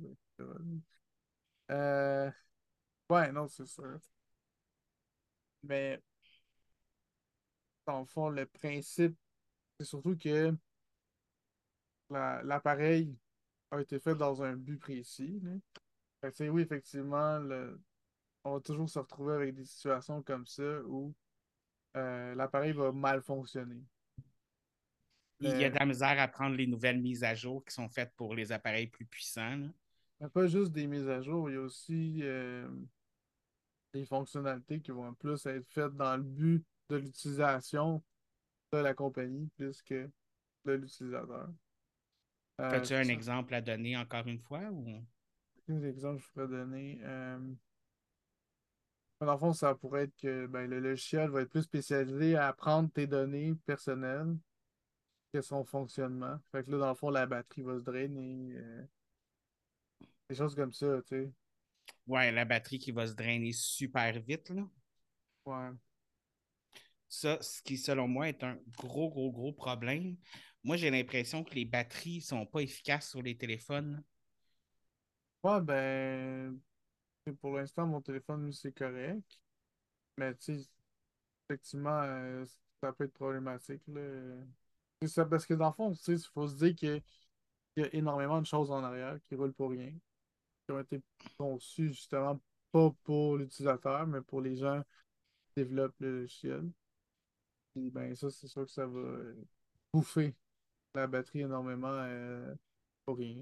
euh, ouais, non, c'est sûr. Mais dans le fond, le principe, c'est surtout que la- l'appareil a été fait dans un but précis. Là. Fait que, tu sais, oui, effectivement, le- on va toujours se retrouver avec des situations comme ça où euh, l'appareil va mal fonctionner. Il y a Mais, de la misère à prendre les nouvelles mises à jour qui sont faites pour les appareils plus puissants, là. mais pas juste des mises à jour, il y a aussi euh, des fonctionnalités qui vont plus être faites dans le but de l'utilisation de la compagnie plus que de l'utilisateur. Euh, As-tu un ça, exemple à donner encore une fois? Ou... quels exemples je pourrais donner? Euh, dans le fond, ça pourrait être que ben, le logiciel va être plus spécialisé à prendre tes données personnelles que son fonctionnement. Fait que là, dans le fond, la batterie va se drainer. Euh, des choses comme ça, tu sais. Ouais, la batterie qui va se drainer super vite, là. Ouais. Ça, ce qui, selon moi, est un gros, gros, gros problème. Moi, j'ai l'impression que les batteries ne sont pas efficaces sur les téléphones. Ouais, ben, pour l'instant, mon téléphone, lui, c'est correct. Mais tu sais, effectivement, euh, ça peut être problématique, là. C'est ça, parce que dans le fond, tu sais, il faut se dire qu'il y a énormément de choses en arrière qui roulent pour rien, qui ont été conçues justement pas pour l'utilisateur, mais pour les gens qui développent le logiciel. Puis ben ça, c'est sûr que ça va euh, bouffer la batterie énormément euh, pour rien.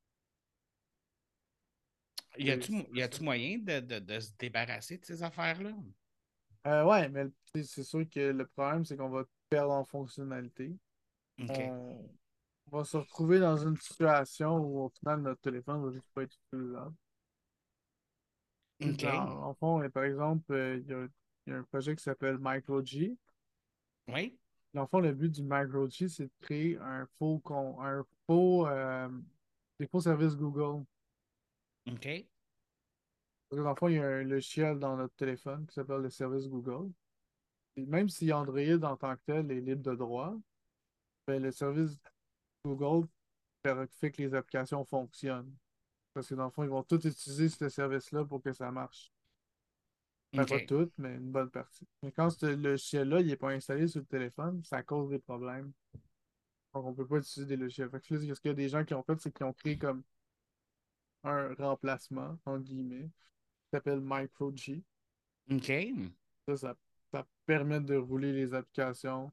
Y Et a-tu, c'est y ça. a-tu moyen de, de- de se débarrasser de ces affaires-là? Euh, ouais, mais tu sais, c'est sûr que le problème, c'est qu'on va perdre en fonctionnalité. OK. On va se retrouver dans une situation où au final, notre téléphone va juste pas être utilisable. OK. Dans, en fond, par exemple, euh, il y a, il y a un projet qui s'appelle MicroG. Oui. Dans le fond, le but du MicroG, c'est de créer un faux, con- un faux, euh, des faux services Google. OK. Parce que dans le fond, il y a un logiciel dans notre téléphone qui s'appelle le service Google. Et même si Android en tant que tel est libre de droit, ben, le service Google fait fait que les applications fonctionnent. Parce que dans le fond, ils vont tous utiliser ce service-là pour que ça marche. Ben, pas OK. toutes, mais une bonne partie. Mais quand ce logiciel-là, il n'est pas installé sur le téléphone, ça cause des problèmes. Donc, on ne peut pas utiliser des logiciels. Fait que là, ce qu'il y a des gens qui ont fait, c'est qu'ils ont créé comme un remplacement, en guillemets, qui s'appelle MicroG. OK. Ça, ça, ça permet de rouler les applications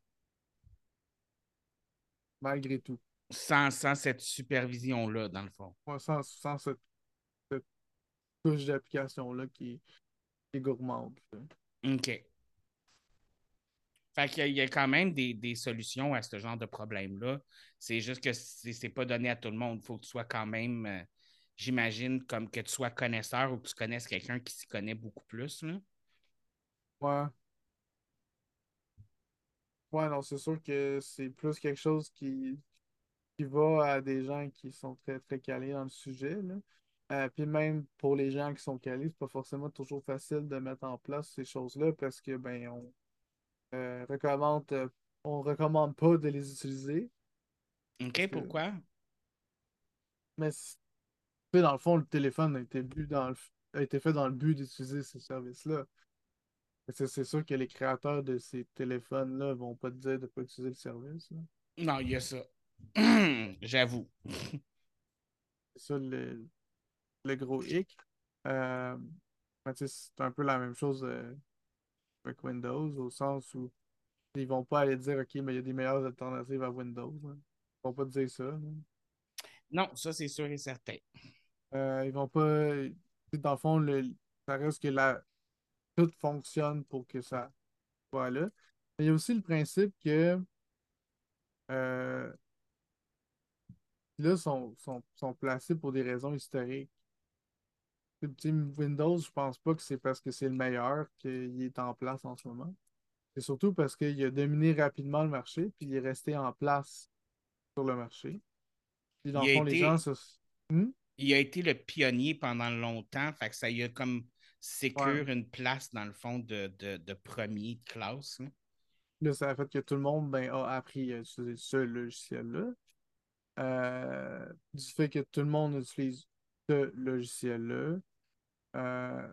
malgré tout. Sans, sans cette supervision-là, dans le fond. Ouais, sans, sans cette, cette couche d'application-là qui, qui est gourmande. Là. OK. Fait qu'il y a, il y a quand même des, des solutions à ce genre de problème-là. C'est juste que c'est c'est pas donné à tout le monde. Il faut que tu sois quand même, euh, j'imagine, comme que tu sois connaisseur ou que tu connaisses quelqu'un qui s'y connaît beaucoup plus, là. Ouais. Ouais, non, c'est sûr que c'est plus quelque chose qui, qui va à des gens qui sont très, très calés dans le sujet, là. Euh, puis même pour les gens qui sont calés, c'est pas forcément toujours facile de mettre en place ces choses-là parce que ben on euh, recommande euh, on recommande pas de les utiliser. Parce OK, que pourquoi? mais c'est- tu sais, dans le fond, le téléphone a été bu dans le f- a été fait dans le but d'utiliser ces services-là. Fait que C'est c'est sûr que les créateurs de ces téléphones-là vont pas te dire de pas utiliser le service, là. Non, il y a ça. J'avoue. C'est ça le, le gros hic. Euh, mais tu sais, c'est un peu la même chose euh, avec Windows, au sens où ils vont pas aller dire, OK, mais il y a des meilleures alternatives à Windows, là. Ils vont pas te dire ça, là. Non, ça, c'est sûr et certain. Euh, ils vont pas. Dans le fond, le, ça reste que la, tout fonctionne pour que ça soit là. Mais il y a aussi le principe que euh, là, sont, sont, sont placés pour des raisons historiques. Tu sais, Windows, je pense pas que c'est parce que c'est le meilleur qu'il est en place en ce moment. C'est surtout parce qu'il a dominé rapidement le marché, puis il est resté en place sur le marché. Puis dans Il le a fond, les gens été, se. Hmm? il a été le pionnier pendant longtemps, fait que ça y a comme Ouais. sécure une place dans le fond de, de, de premier de classe, là. Là, ça a fait que tout le monde ben, a appris à utiliser ce logiciel-là. Euh, du fait que tout le monde utilise ce logiciel-là, euh,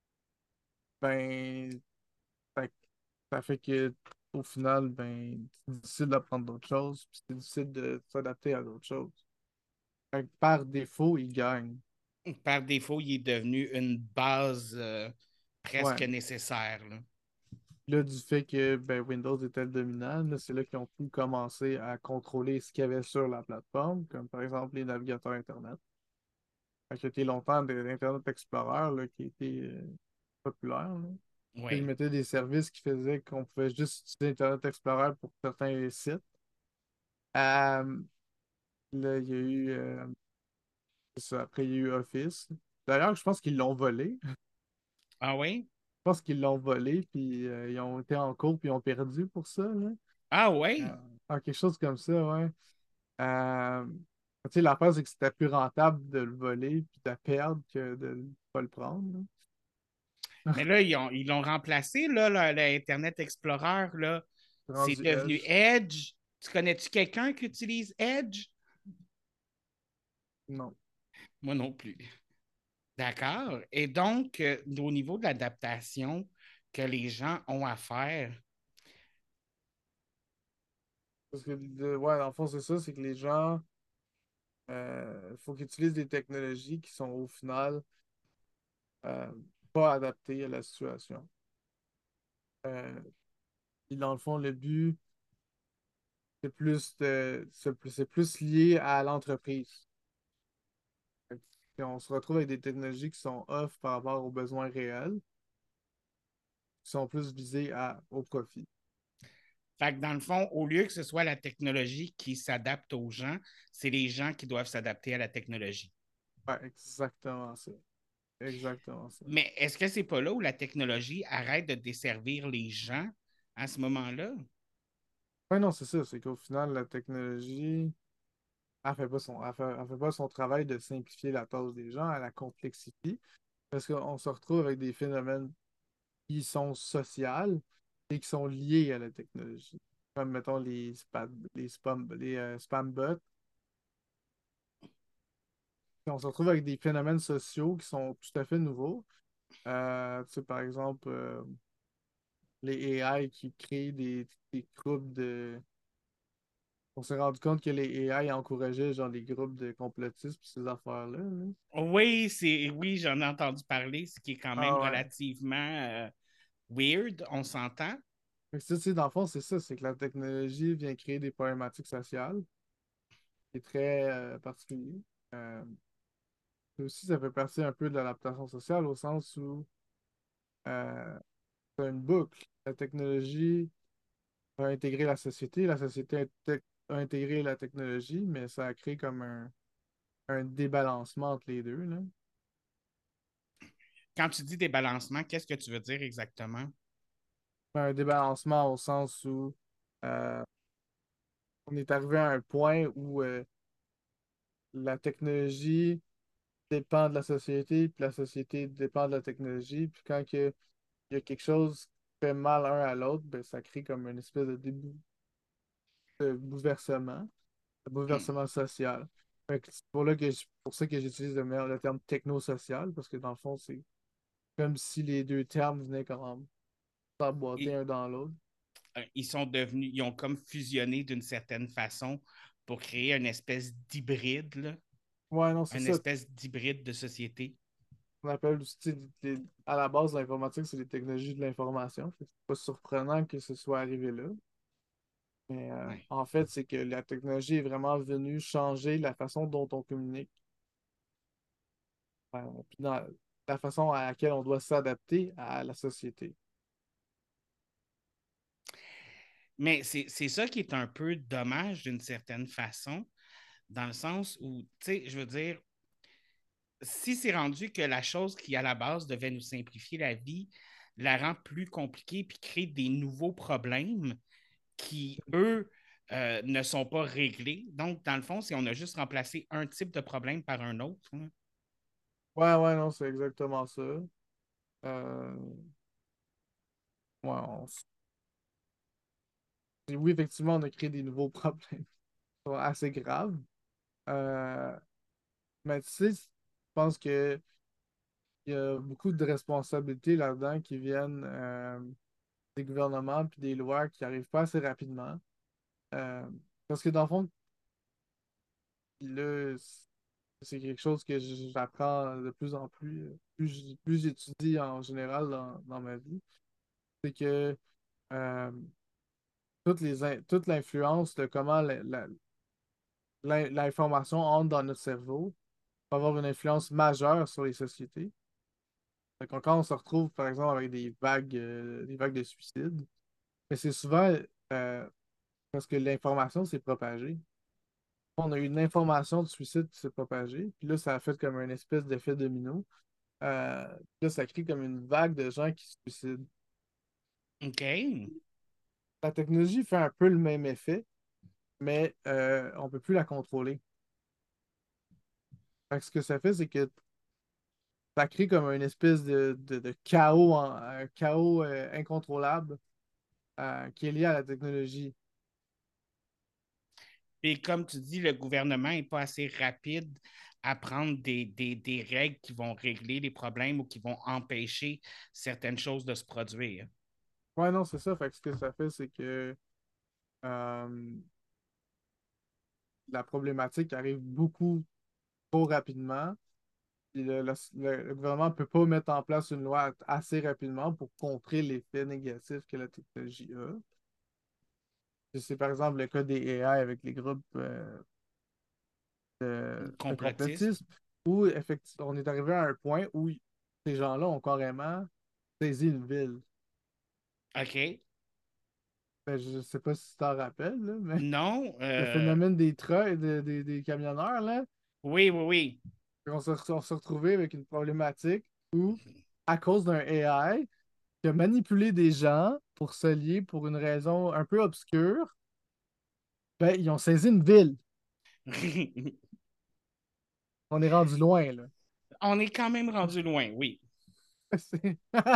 ben, ça, ça fait que au final, ben, c'est difficile d'apprendre d'autres choses, puis c'est difficile de s'adapter à d'autres choses. Fait que par défaut, il gagne. Par défaut, il est devenu une base euh, presque Ouais. nécessaire, là. Là, du fait que ben, Windows était le dominant, là, c'est là qu'ils ont pu commencer à contrôler ce qu'il y avait sur la plateforme, comme par exemple les navigateurs Internet. Fait qu'il y a été longtemps de l'Internet Explorer là, qui était euh, populaire, là. Ils Ouais. mettaient des services qui faisaient qu'on pouvait juste utiliser Internet Explorer pour certains sites. Euh, là, il y a eu. Euh, c'est ça, après, il y a eu Office. D'ailleurs, je pense qu'ils l'ont volé. Je Ah oui? pense qu'ils l'ont volé, puis euh, ils ont été en cours, puis ils ont perdu pour ça, là. Ah Euh, oui? ah, quelque chose comme ça, ouais. Euh, tu sais, l'affaire, c'est que c'était plus rentable de le voler puis de perdre que de ne pas le prendre, là. Mais là, ils ont, ils l'ont remplacé, là, là, l'Internet Explorer, là. C'est C'est rendu devenu Edge. Edge. Tu connais-tu quelqu'un qui utilise Edge? Non. Moi non plus. D'accord. Et donc, euh, au niveau de l'adaptation que les gens ont à faire, Parce que, de- ouais, dans le fond, c'est ça, c'est que les gens, euh, faut qu'ils utilisent des technologies qui sont au final euh, pas adaptées à la situation. Euh, et dans le fond, le but, c'est plus de, c'est plus c'est plus lié à l'entreprise. Fait que si on se retrouve avec des technologies qui sont off par rapport aux besoins réels, qui sont plus visées à, au profit. fait que dans le fond, au lieu que ce soit la technologie qui s'adapte aux gens, c'est les gens qui doivent s'adapter à la technologie. Ouais, exactement ça. Exactement ça. Mais est-ce que c'est pas là où la technologie arrête de desservir les gens à ce moment-là? Ouais, non, c'est ça. C'est qu'au final, la technologie, elle fait pas son, elle fait, elle fait pas son travail de simplifier la tâche des gens, elle la complexifie. Parce qu'on se retrouve avec des phénomènes qui sont sociaux et qui sont liés à la technologie. Comme, mettons, les spam, les spam, les, euh, spam bots. On se retrouve avec des phénomènes sociaux qui sont tout à fait nouveaux. Euh, tu sais, par exemple, euh, les A I qui créent des, des groupes de. On s'est rendu compte que les A I encourageaient genre les groupes de complotistes et ces affaires-là, là. Oui, c'est oui, j'en ai entendu parler, ce qui est quand même Ah ouais. relativement euh, weird, on s'entend. Fait que ça, tu sais, dans le fond, c'est ça, c'est que la technologie vient créer des problématiques sociales, qui est très euh, particulier. Euh, et aussi, ça fait partie un peu de l'adaptation sociale au sens où euh, c'est une boucle. La technologie a intégré la société, la société a, inte- a intégré la technologie, mais ça a créé comme un, un débalancement entre les deux, là. Quand tu dis débalancement, qu'est-ce que tu veux dire exactement? Un débalancement au sens où euh, on est arrivé à un point où euh, la technologie dépend de la société, puis la société dépend de la technologie, puis quand que- il y a quelque chose qui fait mal un à l'autre, ben, ça crée comme une espèce de, débou- de bouleversement, de Hmm. bouleversement social. Fait que c'est pour, là que je- pour ça que j'utilise le, mer- le terme technosocial, parce que dans le fond, c'est comme si les deux termes venaient comme s'emboîter Ils, un dans l'autre. euh, ils sont devenus, ils ont comme fusionné d'une certaine façon pour créer une espèce d'hybride, là, Ouais, non, c'est une ça. espèce d'hybride de société. On appelle aussi, tu sais, les- à la base, l'informatique, c'est les technologies de l'information. Fait que C'est pas surprenant que ce soit arrivé là. Mais euh, Ouais. en fait, c'est que la technologie est vraiment venue changer la façon dont on communique, euh, puis dans la façon à laquelle on doit s'adapter à la société. Mais c'est c'est ça qui est un peu dommage d'une certaine façon, dans le sens où, tu sais, je veux dire, si c'est rendu que la chose qui, à la base, devait nous simplifier la vie, la rend plus compliquée puis crée des nouveaux problèmes qui, eux, euh, ne sont pas réglés. Donc, dans le fond, si on a juste remplacé un type de problème par un autre, là. Ouais, ouais, non, c'est exactement ça. Euh, ouais, on s- oui, effectivement, on a créé des nouveaux problèmes qui sont assez graves. Euh, mais tu sais, je pense que il y a beaucoup de responsabilités là-dedans qui viennent euh, des gouvernements puis des lois qui n'arrivent pas assez rapidement. Euh, parce que dans le fond, là, c'est quelque chose que j- j'apprends de plus en plus, euh, plus j- plus j'étudie en général dans, dans ma vie. C'est que euh, toutes les in- toute l'influence de comment la- la- l'in- l'information entre dans notre cerveau va avoir une influence majeure sur les sociétés. Fait que quand on se retrouve, par exemple, avec des vagues, euh, des vagues de suicides, mais c'est souvent euh, parce que l'information s'est propagée. On a eu une information de suicide qui s'est propagée, puis là, ça a fait comme une espèce d'effet domino. Euh, là, ça crée comme une vague de gens qui se suicident. OK. La technologie fait un peu le même effet, mais euh, on ne peut plus la contrôler. Fait que ce que ça fait, c'est que ça crée comme une espèce de, de- de chaos, en- un chaos euh, incontrôlable euh, qui est lié à la technologie. Et comme tu dis, le gouvernement n'est pas assez rapide à prendre des, des, des règles qui vont régler les problèmes ou qui vont empêcher certaines choses de se produire. Ouais, non, c'est ça. Fait que ce que ça fait, c'est que euh, la problématique arrive beaucoup trop rapidement. Puis le, le- le- le gouvernement ne peut pas mettre en place une loi assez rapidement pour contrer l'effet négatif que la technologie a. C'est par exemple le cas des A I avec les groupes euh, de, de Complotisme. complotisme, où effectivement, on est arrivé à un point où ces gens-là ont carrément saisi une ville. OK. Ben, je ne sais pas si tu t'en rappelles, là, mais Non. le euh, phénomène des trucks, des, des, des camionneurs, là, Oui, oui, oui. on s'est on s'est retrouvé avec une problématique où, à cause d'un A I qui a manipulé des gens pour se lier pour une raison un peu obscure, ben, ils ont saisi une ville. On est rendu loin, là. On est quand même rendu loin, oui. C'est-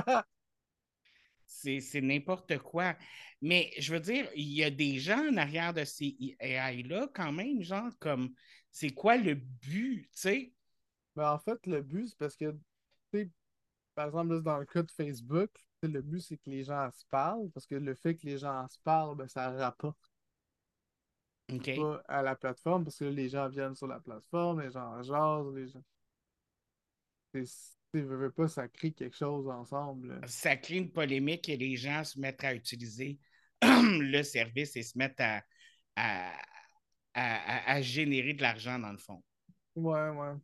C'est c'est n'importe quoi. Mais je veux dire, il y a des gens en arrière de ces A I-là, quand même, genre, comme, c'est quoi le but, tu sais? Ben, en fait, le but, c'est parce que, tu sais, par exemple, là, dans le cas de Facebook, tu sais, le but, c'est que les gens se parlent, parce que le fait que les gens se parlent, ben, ça rapporte OK. pas à la plateforme, parce que là, les gens viennent sur la plateforme, les gens jasent, les gens. C'est tu sais, veux, veux pas, ça crée quelque chose ensemble, là. Ça crée une polémique et les gens se mettent à utiliser le service et se mettent à, à, à, à générer de l'argent dans le fond. Ouais, ouais.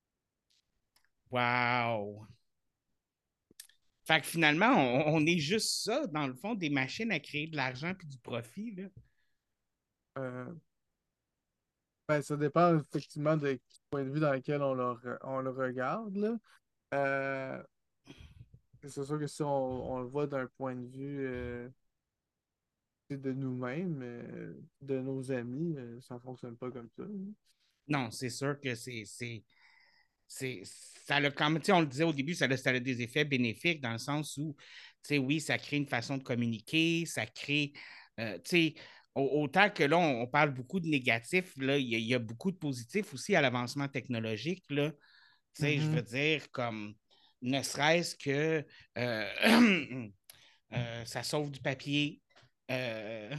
Wow! Fait que finalement, on, on est juste ça, dans le fond, des machines à créer de l'argent puis du profit, là. Euh, ben, ça dépend effectivement de quel point de vue dans lequel on le, re- on le regarde, là. Euh, c'est sûr que si on, on le voit d'un point de vue euh, de nous-mêmes, euh, de nos amis, euh, ça fonctionne pas comme ça, hein. Non, c'est sûr que c'est, c'est, c'est, ça a comme, tu sais, on le disait au début, ça a, ça a des effets bénéfiques dans le sens où, tu sais, oui, ça crée une façon de communiquer, ça crée, euh, tu sais, au- autant que là, on, on parle beaucoup de négatifs, là, il y, a- il y a beaucoup de positifs aussi à l'avancement technologique, là. Tu sais, je veux Mhm. dire, comme, ne serait-ce que euh, euh, ça sauve du papier. Euh,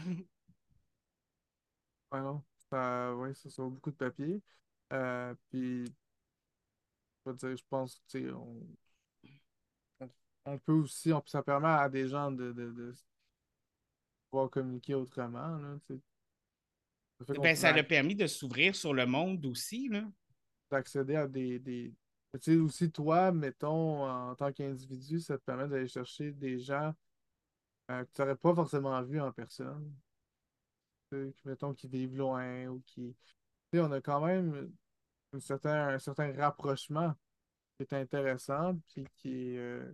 Ouais, non. Ça, ouais, ça sauve beaucoup de papier. Euh, puis, je veux dire, je pense que, tu sais, on, on- on peut aussi, on- ça permet à des gens de, de, de pouvoir communiquer autrement, là, tu sais. Ça fait qu'on ben, peut ça l'a ac- permis de s'ouvrir sur le monde aussi, là. accéder à des, des... Tu sais, aussi, toi, mettons, en tant qu'individu, ça te permet d'aller chercher des gens euh, que tu n'aurais pas forcément vus en personne. Tu sais, que, mettons, qui vivent loin ou qui... Tu sais, on a quand même un certain, un certain rapprochement qui est intéressant puis qui euh,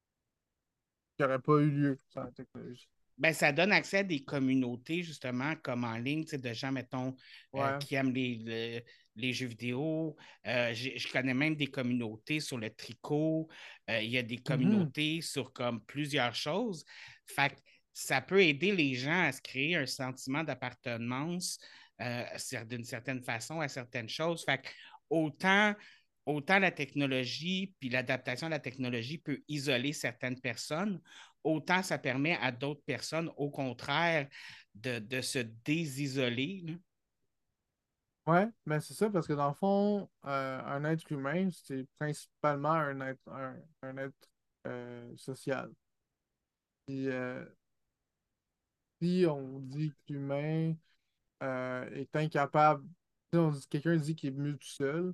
qui n'aurait pas eu lieu sans la technologie. Ben, ça donne accès à des communautés, justement, comme en ligne, tu sais, de gens, mettons, euh, Ouais. qui aiment les, le- les jeux vidéo. Euh, j'ai- je connais même des communautés sur le tricot. Euh, Il y a des Mhm. communautés sur comme plusieurs choses. Fait que ça peut aider les gens à se créer un sentiment d'appartenance euh, cer- d'une certaine façon à certaines choses. Fait que autant, autant la technologie puis l'adaptation à la technologie peut isoler certaines personnes, autant ça permet à d'autres personnes, au contraire, de, de se désisoler, là. Ouais, mais c'est ça, parce que dans le fond, euh, un être humain, c'est principalement un être, un, un être euh, social. Puis, euh, si on dit que l'humain euh, est incapable, si on dit, quelqu'un dit qu'il est mieux tout seul,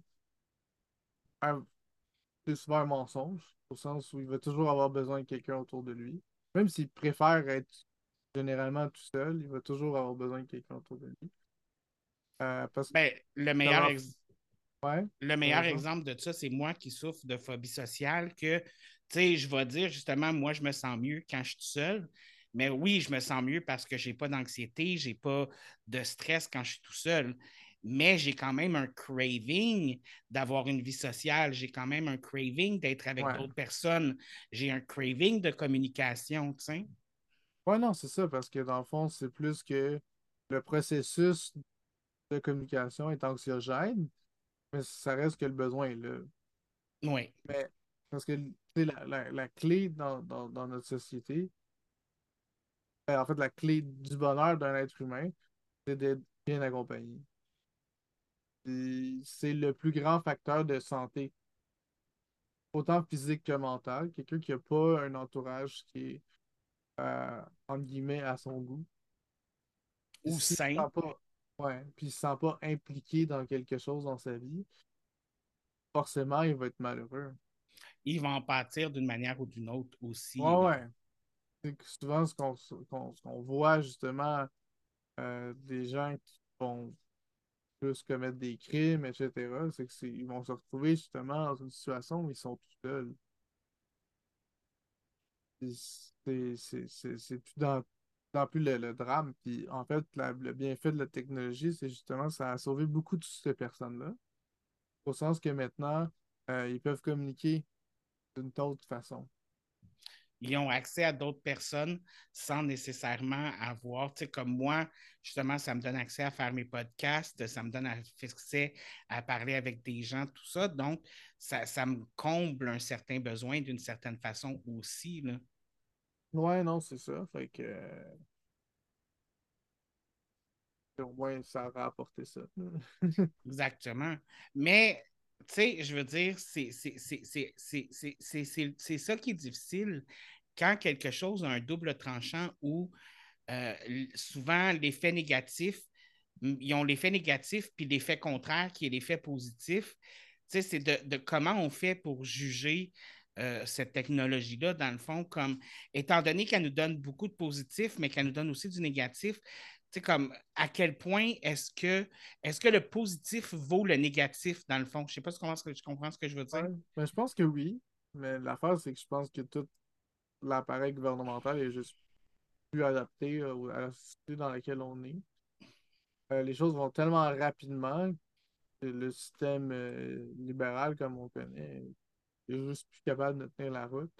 un- c'est souvent un mensonge, au sens où il va toujours avoir besoin de quelqu'un autour de lui. Même s'il préfère être généralement tout seul, il va toujours avoir besoin de quelqu'un autour de lui. Euh, parce que Ben, le ça meilleur, va. ex- Ouais, le par meilleur exemple. exemple de ça, c'est moi qui souffre de phobie sociale, que, tu sais, je vais dire justement, moi, je me sens mieux quand je suis tout seul. Mais oui, je me sens mieux parce que j'ai pas d'anxiété, j'ai pas de stress quand je suis tout seul. Mais j'ai quand même un craving d'avoir une vie sociale. J'ai quand même un craving d'être avec Ouais. d'autres personnes. J'ai un craving de communication, tu sais. Ouais, non, c'est ça, parce que dans le fond, c'est plus que le processus de communication est anxiogène, mais ça reste que le besoin est là. Oui. Mais parce que tu sais, la, la, la clé dans, dans, dans notre société, ben, en fait, la clé du bonheur d'un être humain, c'est d'être bien accompagné. Puis c'est le plus grand facteur de santé, autant physique que mental. Quelqu'un qui n'a pas un entourage qui est, euh, entre guillemets, à son goût. Puis Ou s'il ne sain, se sent pas, ouais, puis il se sent pas impliqué dans quelque chose dans sa vie, forcément, il va être malheureux. il va en pâtir d'une manière ou d'une autre Ouais, aussi, là. ouais. C'est que souvent, ce qu'on qu'on- ce qu'on voit justement, euh, des gens qui vont plus commettre des crimes, et cetera, c'est qu'ils vont se retrouver justement dans une situation où ils sont tout seuls. Puis C'est c'est- c'est- c'est tout dans, dans plus le, le drame. Puis en fait, la- le bienfait de la technologie, c'est justement ça a sauvé beaucoup de ces personnes-là. Au sens que maintenant, euh, ils peuvent communiquer d'une autre façon. Ils ont accès à d'autres personnes sans nécessairement avoir, tu sais, comme moi, justement, ça me donne accès à faire mes podcasts, ça me donne accès à parler avec des gens, tout ça. Donc, ça, ça me comble un certain besoin d'une certaine façon aussi, là. Ouais, non, c'est ça. Fait que euh, au moins, ça a rapporté ça. Exactement. Mais tu sais, je veux dire, c'est c'est- c'est- c'est- c'est- c'est- c'est- c'est- c'est ça qui est difficile quand quelque chose a un double tranchant où euh, l- souvent l'effet négatif, m- ils ont l'effet négatif puis l'effet contraire qui est l'effet positif. Tu sais, c'est de, de comment on fait pour juger euh, cette technologie-là, dans le fond, comme étant donné qu'elle nous donne beaucoup de positifs, mais qu'elle nous donne aussi du négatif. Tu sais, comme à quel point est-ce que est-ce que le positif vaut le négatif, dans le fond? Je ne sais pas si tu comprends ce que, je comprends ce que je veux dire. Ouais. Ben, je pense que oui, mais l'affaire, c'est que je pense que tout l'appareil gouvernemental est juste plus adapté euh, à la société dans laquelle on est. Euh, les choses vont tellement rapidement que le système euh, libéral, comme on connaît, est juste plus capable de tenir la route.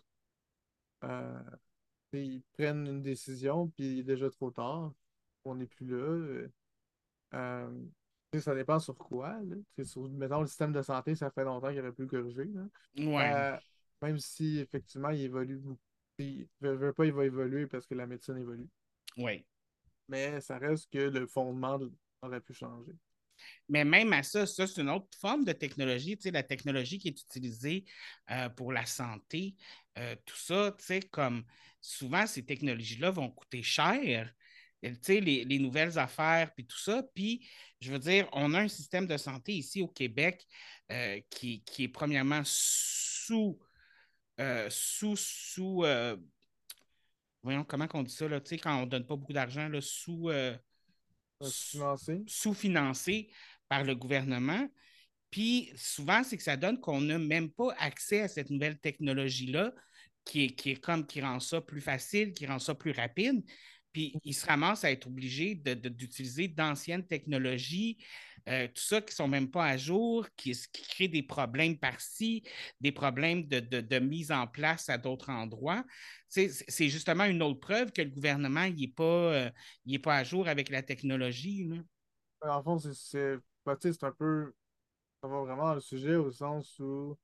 Euh, Ils prennent une décision, puis il est déjà trop tard. On n'est plus là. Euh, euh, tu sais, ça dépend sur quoi. Là. Tu sais, sur, mettons, le système de santé, ça fait longtemps qu'il aurait pu le corriger. Là. Ouais, Euh, Même si, effectivement, il évolue beaucoup. Puis, veut, veut pas, il va évoluer parce que la médecine évolue. ouais. Mais ça reste que le fondement aurait pu changer. Mais même à ça, ça, c'est une autre forme de technologie, tu sais, la technologie qui est utilisée euh, pour la santé, euh, tout ça, tu sais, comme souvent, ces technologies-là vont coûter cher, tu sais, les, les nouvelles affaires, puis tout ça. Puis, je veux dire, on a un système de santé ici au Québec euh, qui, qui est premièrement sous, euh, sous, sous, euh, voyons, comment on dit ça, là, tu sais, quand on ne donne pas beaucoup d'argent, là, sous, euh, Euh, Sous-financé. sous-financé par le gouvernement. Puis souvent, c'est que ça donne qu'on n'a même pas accès à cette nouvelle technologie-là, qui est, qui est comme qui rend ça plus facile, qui rend ça plus rapide. Puis ils se ramassent à être obligés de, de, d'utiliser d'anciennes technologies, euh, tout ça qui ne sont même pas à jour, qui, qui créent des problèmes par-ci, des problèmes de, de, de mise en place à d'autres endroits. C'est, c'est justement une autre preuve que le gouvernement n'est pas, euh, il est pas à jour avec la technologie. Là. En fond, c'est c'est- ben, tu sais, c'est un peu. Ça va vraiment dans le sujet au sens où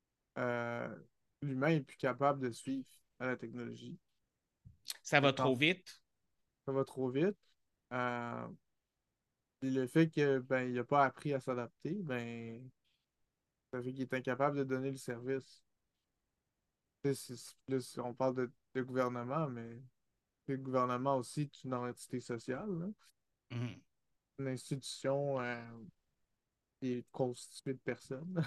euh, l'humain est plus capable de suivre à la technologie. Ça Fait va que dans- trop vite. Ça va trop vite. Euh, Puis le fait que ben, il n'a pas appris à s'adapter, ben, ça fait qu'il est incapable de donner le service. Tu sais, c'est- plus, on parle de, de gouvernement, mais le gouvernement aussi est une entité sociale, là. Mhm. Une institution euh, qui est constituée de personnes.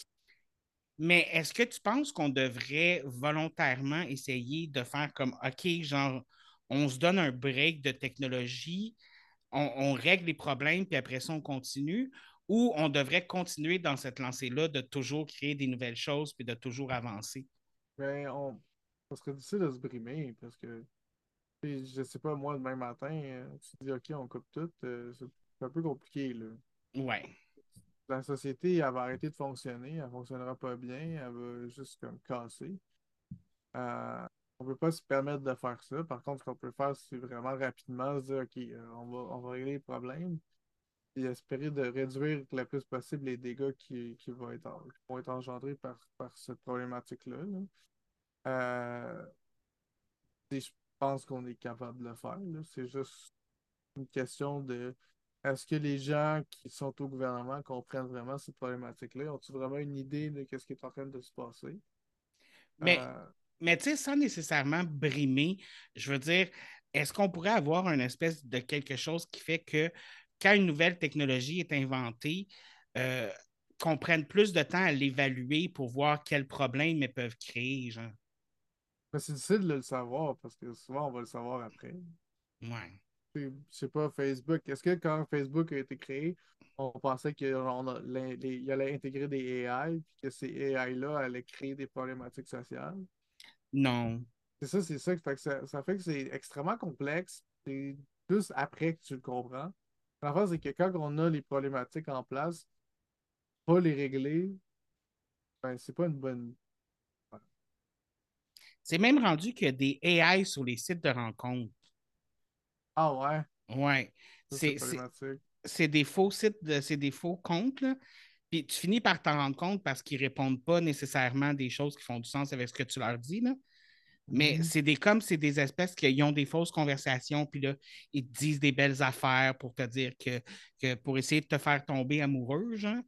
Mais est-ce que tu penses qu'on devrait volontairement essayer de faire comme, OK, genre, on se donne un break de technologie, on, on règle les problèmes, puis après ça, on continue, ou on devrait continuer dans cette lancée-là de toujours créer des nouvelles choses, puis de toujours avancer? Mais on, ça serait difficile de se brimer parce que, tu sais, je sais pas, moi, demain matin, euh, tu te dis, OK, on coupe tout, euh, c'est c'est un peu compliqué, là. Ouais. La société, elle va arrêter de fonctionner, elle fonctionnera pas bien, elle va juste comme casser. Euh, on ne peut pas se permettre de faire ça. Par contre, ce qu'on peut faire, c'est vraiment rapidement se dire, OK, euh, on va, on va régler les problèmes et espérer de réduire le plus possible les dégâts qui, qui vont être, en- qui vont être engendrés par, par cette problématique-là. Là. Euh, et je pense qu'on est capable de le faire. Là. C'est juste une question de est-ce que les gens qui sont au gouvernement comprennent vraiment cette problématique-là? Ont-ils vraiment une idée de ce qui est en train de se passer? Mais, Euh, mais tu sais, sans nécessairement brimer, je veux dire, est-ce qu'on pourrait avoir une espèce de quelque chose qui fait que quand une nouvelle technologie est inventée, euh, qu'on prenne plus de temps à l'évaluer pour voir quels problèmes elles peuvent créer, genre? mais c'est difficile de le savoir parce que souvent on va le savoir après. Ouais. Puis, je sais pas, Facebook. Est-ce que quand Facebook a été créé, on pensait qu'il allait intégrer des A I, puis que ces A I-là allaient créer des problématiques sociales? Non. C'est ça, c'est ça, fait que ça, ça fait que c'est extrêmement complexe. C'est plus après que tu le comprends. L'affaire, c'est que quand on a les problématiques en place, pas les régler, ben, c'est pas une bonne. C'est même rendu qu'il y a des A I sur les sites de rencontres. Ah ouais, Ouais. ça c'est C'est, c'est, problématique. c'est des faux sites, de- c'est des faux comptes, là. Puis tu finis par t'en rendre compte parce qu'ils ne répondent pas nécessairement des choses qui font du sens avec ce que tu leur dis, là. Mais Mhm. c'est des comme c'est des espèces qui ont des fausses conversations, puis là, ils te disent des belles affaires pour te dire que, que pour essayer de te faire tomber amoureux, genre.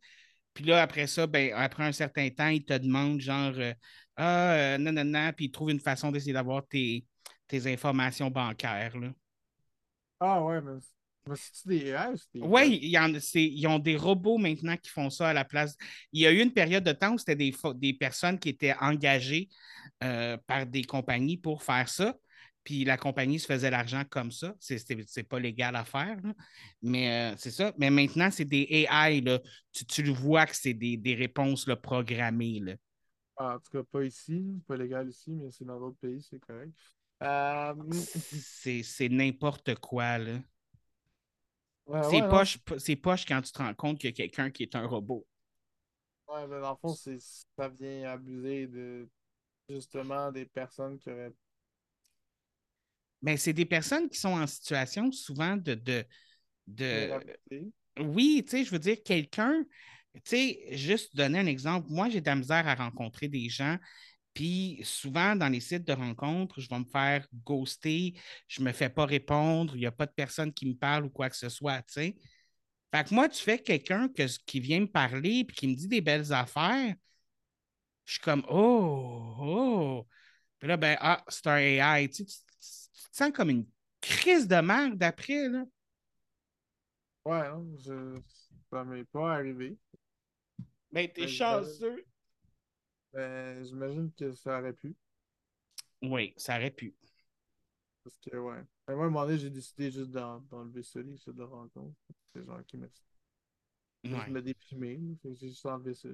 Puis là, après ça, ben, après un certain temps, il te demande genre euh, Ah, euh, non, non, non, puis il trouve une façon d'essayer d'avoir tes, tes informations bancaires, là. Ah ouais, mais, mais c'est-tu des A I ou c'est des bots? Oui, il y en, c'est- ils ont des robots maintenant qui font ça à la place. Il y a eu une période de temps où c'était des, fo- des personnes qui étaient engagées euh, par des compagnies pour faire ça. Puis la compagnie se faisait l'argent comme ça. C'est c'est- c'est pas légal à faire, là. Mais euh, c'est ça. Mais maintenant, c'est des A I, là. Tu, tu le vois que c'est des, des réponses là, programmées, là. Ah, en tout cas, pas ici, pas légal ici, mais c'est dans d'autres pays, c'est correct. Euh, C'est c'est n'importe quoi, là. ouais, C'est ouais, non, c'est- poche, c'est poche quand tu te rends compte qu'il y a quelqu'un qui est un robot. ouais, mais dans le fond, c'est, ça vient abuser de, justement, des personnes qui auraient Mais c'est des personnes qui sont en situation souvent de, de, de... vulnérabilité. Oui, tu sais, je veux dire, quelqu'un, tu sais, juste donner un exemple, moi, j'ai de la misère à rencontrer des gens, puis souvent, dans les sites de rencontres, je vais me faire ghoster, je me fais pas répondre, il n'y a pas de personne qui me parle ou quoi que ce soit, tu sais. Fait que moi, tu fais quelqu'un que, qui vient me parler puis qui me dit des belles affaires, je suis comme, oh, oh. Puis là, ben, ah, c'est un A I, tu sais, tu, tu- tu te sens comme une crise de merde après, là. Ouais, non, je, ça m'est pas arrivé. Ben, t'es Mais j'imagine, chanceux. mais j'imagine que ça aurait pu. Oui, ça aurait pu. Parce que, ouais. Mais moi, à un moment donné, j'ai décidé juste d'en- d'enlever ça, les sites de rencontre. C'est genre qui me, juste Ouais, me déprimer. Là. Fait que j'ai juste enlevé ça.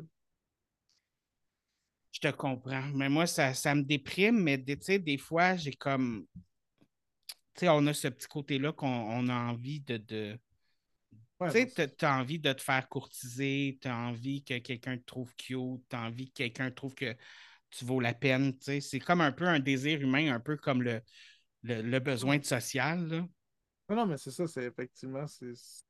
je te comprends. Mais moi, ça, ça me déprime, mais tu sais, des fois, j'ai comme, tu sais, on a ce petit côté-là qu'on on a envie de, de Ouais, tu non, sais, c'est t'as t'as envie de te faire courtiser, t'as envie que quelqu'un te trouve cute, t'as envie que quelqu'un trouve que tu vaux la peine, tu sais. C'est comme un peu un désir humain, un peu comme le, le, le besoin non. de social, là. Non, non, mais c'est ça, c'est effectivement, c'est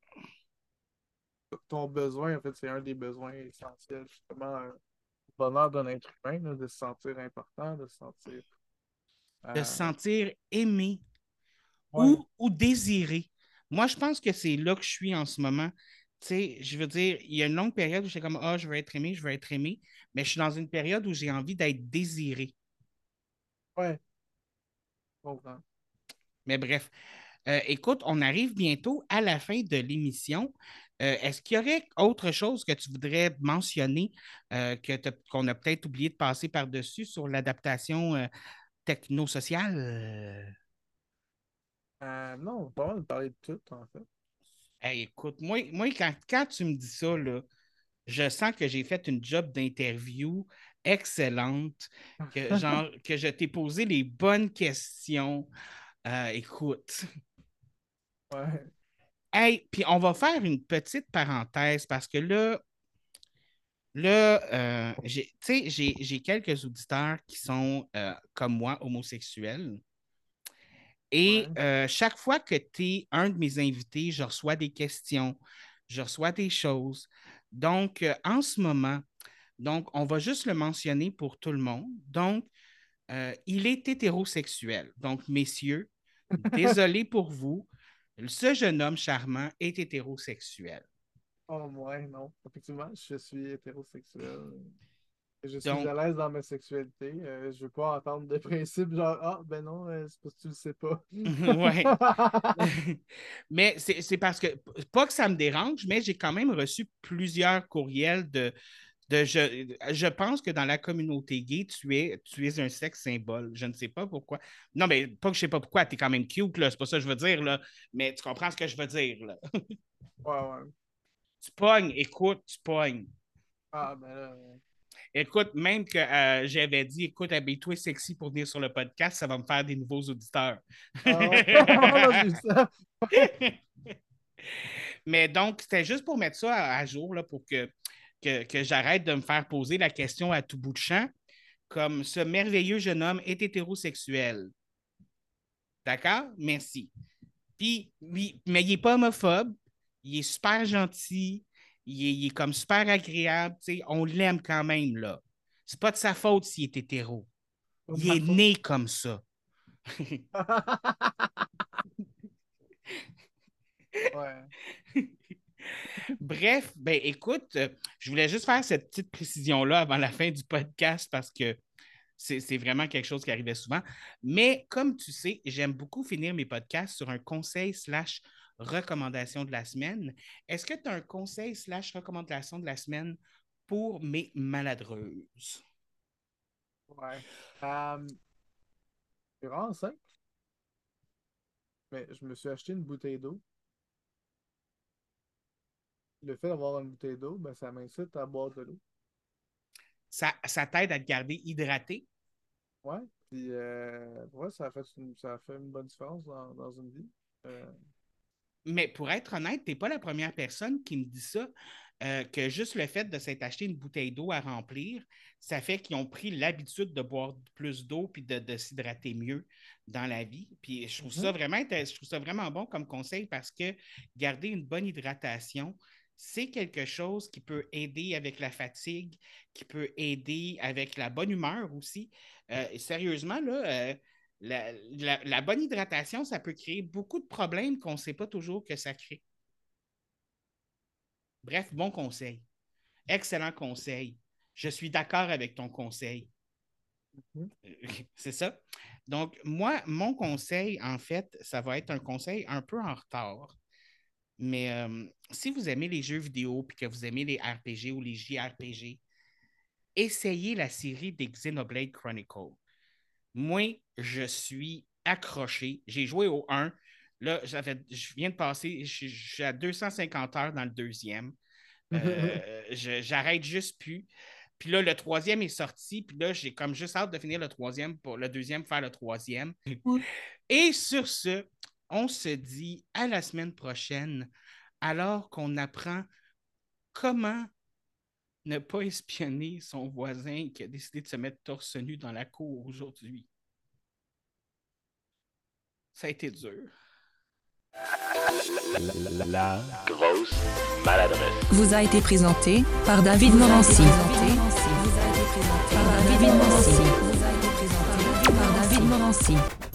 ton besoin, en fait, c'est un des besoins essentiels, justement, euh, le bonheur d'un être humain, là, de se sentir important, de se sentir. De se euh, sentir aimé Ouais, ou, ou désiré. Moi, je pense que c'est là que je suis en ce moment. Tu sais, je veux dire, il y a une longue période où j'étais comme, ah, je veux être aimé, je veux être aimé, mais je suis dans une période où j'ai envie d'être désiré. ouais, je comprends. Mais bref, Euh, écoute, on arrive bientôt à la fin de l'émission. Euh, est-ce qu'il y aurait autre chose que tu voudrais mentionner euh, que t'as- qu'on a peut-être oublié de passer par-dessus sur l'adaptation euh, technosociale? Euh, non, on va pas mal parler de tout, en fait. Hey, écoute, moi, moi quand, quand tu me dis ça, là, je sens que j'ai fait une job d'interview excellente, que, genre, que je t'ai posé les bonnes questions. Euh, écoute. Ouais, Hey, puis on va faire une petite parenthèse parce que là, là, euh, j'ai, tu sais, j'ai, j'ai quelques auditeurs qui sont, euh, comme moi, homosexuels. Et ouais, euh, chaque fois que tu es un de mes invités, je reçois des questions, je reçois des choses. Donc, euh, en ce moment, donc, on va juste le mentionner pour tout le monde. Donc, euh, il est hétérosexuel. Donc, messieurs, désolé pour vous, ce jeune homme charmant est hétérosexuel. oh, ouais, non. Effectivement, je suis hétérosexuel. Je suis Donc, à l'aise dans ma sexualité. Euh, je veux pas entendre de principe genre, ah, ben non, euh, c'est parce que tu le sais pas. ouais. Mais c'est c'est parce que, pas que ça me dérange, mais j'ai quand même reçu plusieurs courriels de, de je, je pense que dans la communauté gay, tu es, tu es un sexe symbole. Je ne sais pas pourquoi. Non, mais pas que je sais pas pourquoi, tu es quand même cute, là, c'est pas ça que je veux dire, là, mais tu comprends ce que je veux dire, là. Ouais, ouais. Tu pognes, écoute, tu pognes. Ah, ben là. euh, Écoute, même que euh, j'avais dit, écoute, habille-toi sexy pour venir sur le podcast, ça va me faire des nouveaux auditeurs. Ah, ouais. Non, j'ai vu ça. Mais donc, c'était juste pour mettre ça à, à jour, là, pour que, que, que j'arrête de me faire poser la question à tout bout de champ, comme ce merveilleux jeune homme est hétérosexuel. D'accord? Merci. Puis, oui, mais il n'est pas homophobe, il est super gentil, il est, il est comme super agréable, tu sais, on l'aime quand même, là. C'est pas de sa faute s'il est hétéro. Pas de Il ma est faute. né comme ça. Ouais. Bref, ben écoute, euh, je voulais juste faire cette petite précision-là avant la fin du podcast parce que c'est, c'est vraiment quelque chose qui arrivait souvent. Mais comme tu sais, j'aime beaucoup finir mes podcasts sur un conseil slash recommandation de la semaine. Est-ce que tu as un conseil slash recommandation de la semaine pour mes maladreuses? Ouais. Euh, c'est vraiment simple, mais je me suis acheté une bouteille d'eau. Le fait d'avoir une bouteille d'eau, ben, ça m'incite à boire de l'eau. Ça, ça t'aide à te garder hydraté? Ouais. Puis, euh, ouais, ça a fait une, ça a fait une bonne différence dans, dans une vie. Euh, Mais pour être honnête, tu n'es pas la première personne qui me dit ça, euh, que juste le fait de s'être acheté une bouteille d'eau à remplir, ça fait qu'ils ont pris l'habitude de boire plus d'eau puis de, de s'hydrater mieux dans la vie. Puis je trouve ça Mhm. vraiment, je trouve ça vraiment bon comme conseil parce que garder une bonne hydratation, c'est quelque chose qui peut aider avec la fatigue, qui peut aider avec la bonne humeur aussi. Euh, sérieusement, là, euh, la, la, la bonne hydratation, ça peut créer beaucoup de problèmes qu'on ne sait pas toujours que ça crée. Bref, bon conseil. Excellent conseil. Je suis d'accord avec ton conseil. Mhm. C'est ça. Donc, moi, mon conseil, en fait, ça va être un conseil un peu en retard. Mais euh, si vous aimez les jeux vidéo et que vous aimez les R P G ou les J R P G, essayez la série des Xenoblade Chronicles. Moi, je suis accroché. J'ai joué au un. Là, j'avais, je viens de passer, je, je suis à deux cent cinquante heures dans le deuxième. Euh, je, j'arrête juste plus. Puis là, le troisième est sorti. Puis là, j'ai comme juste hâte de finir le troisième pour le deuxième faire le troisième. Oui. Et sur ce, on se dit à la semaine prochaine alors qu'on apprend comment ne pas espionner son voisin qui a décidé de se mettre torse nu dans la cour aujourd'hui. Ça a été dur. La, la, la grosse maladresse. Vous a été présenté par David Morancy. Par David Morancy. Par David Morancy.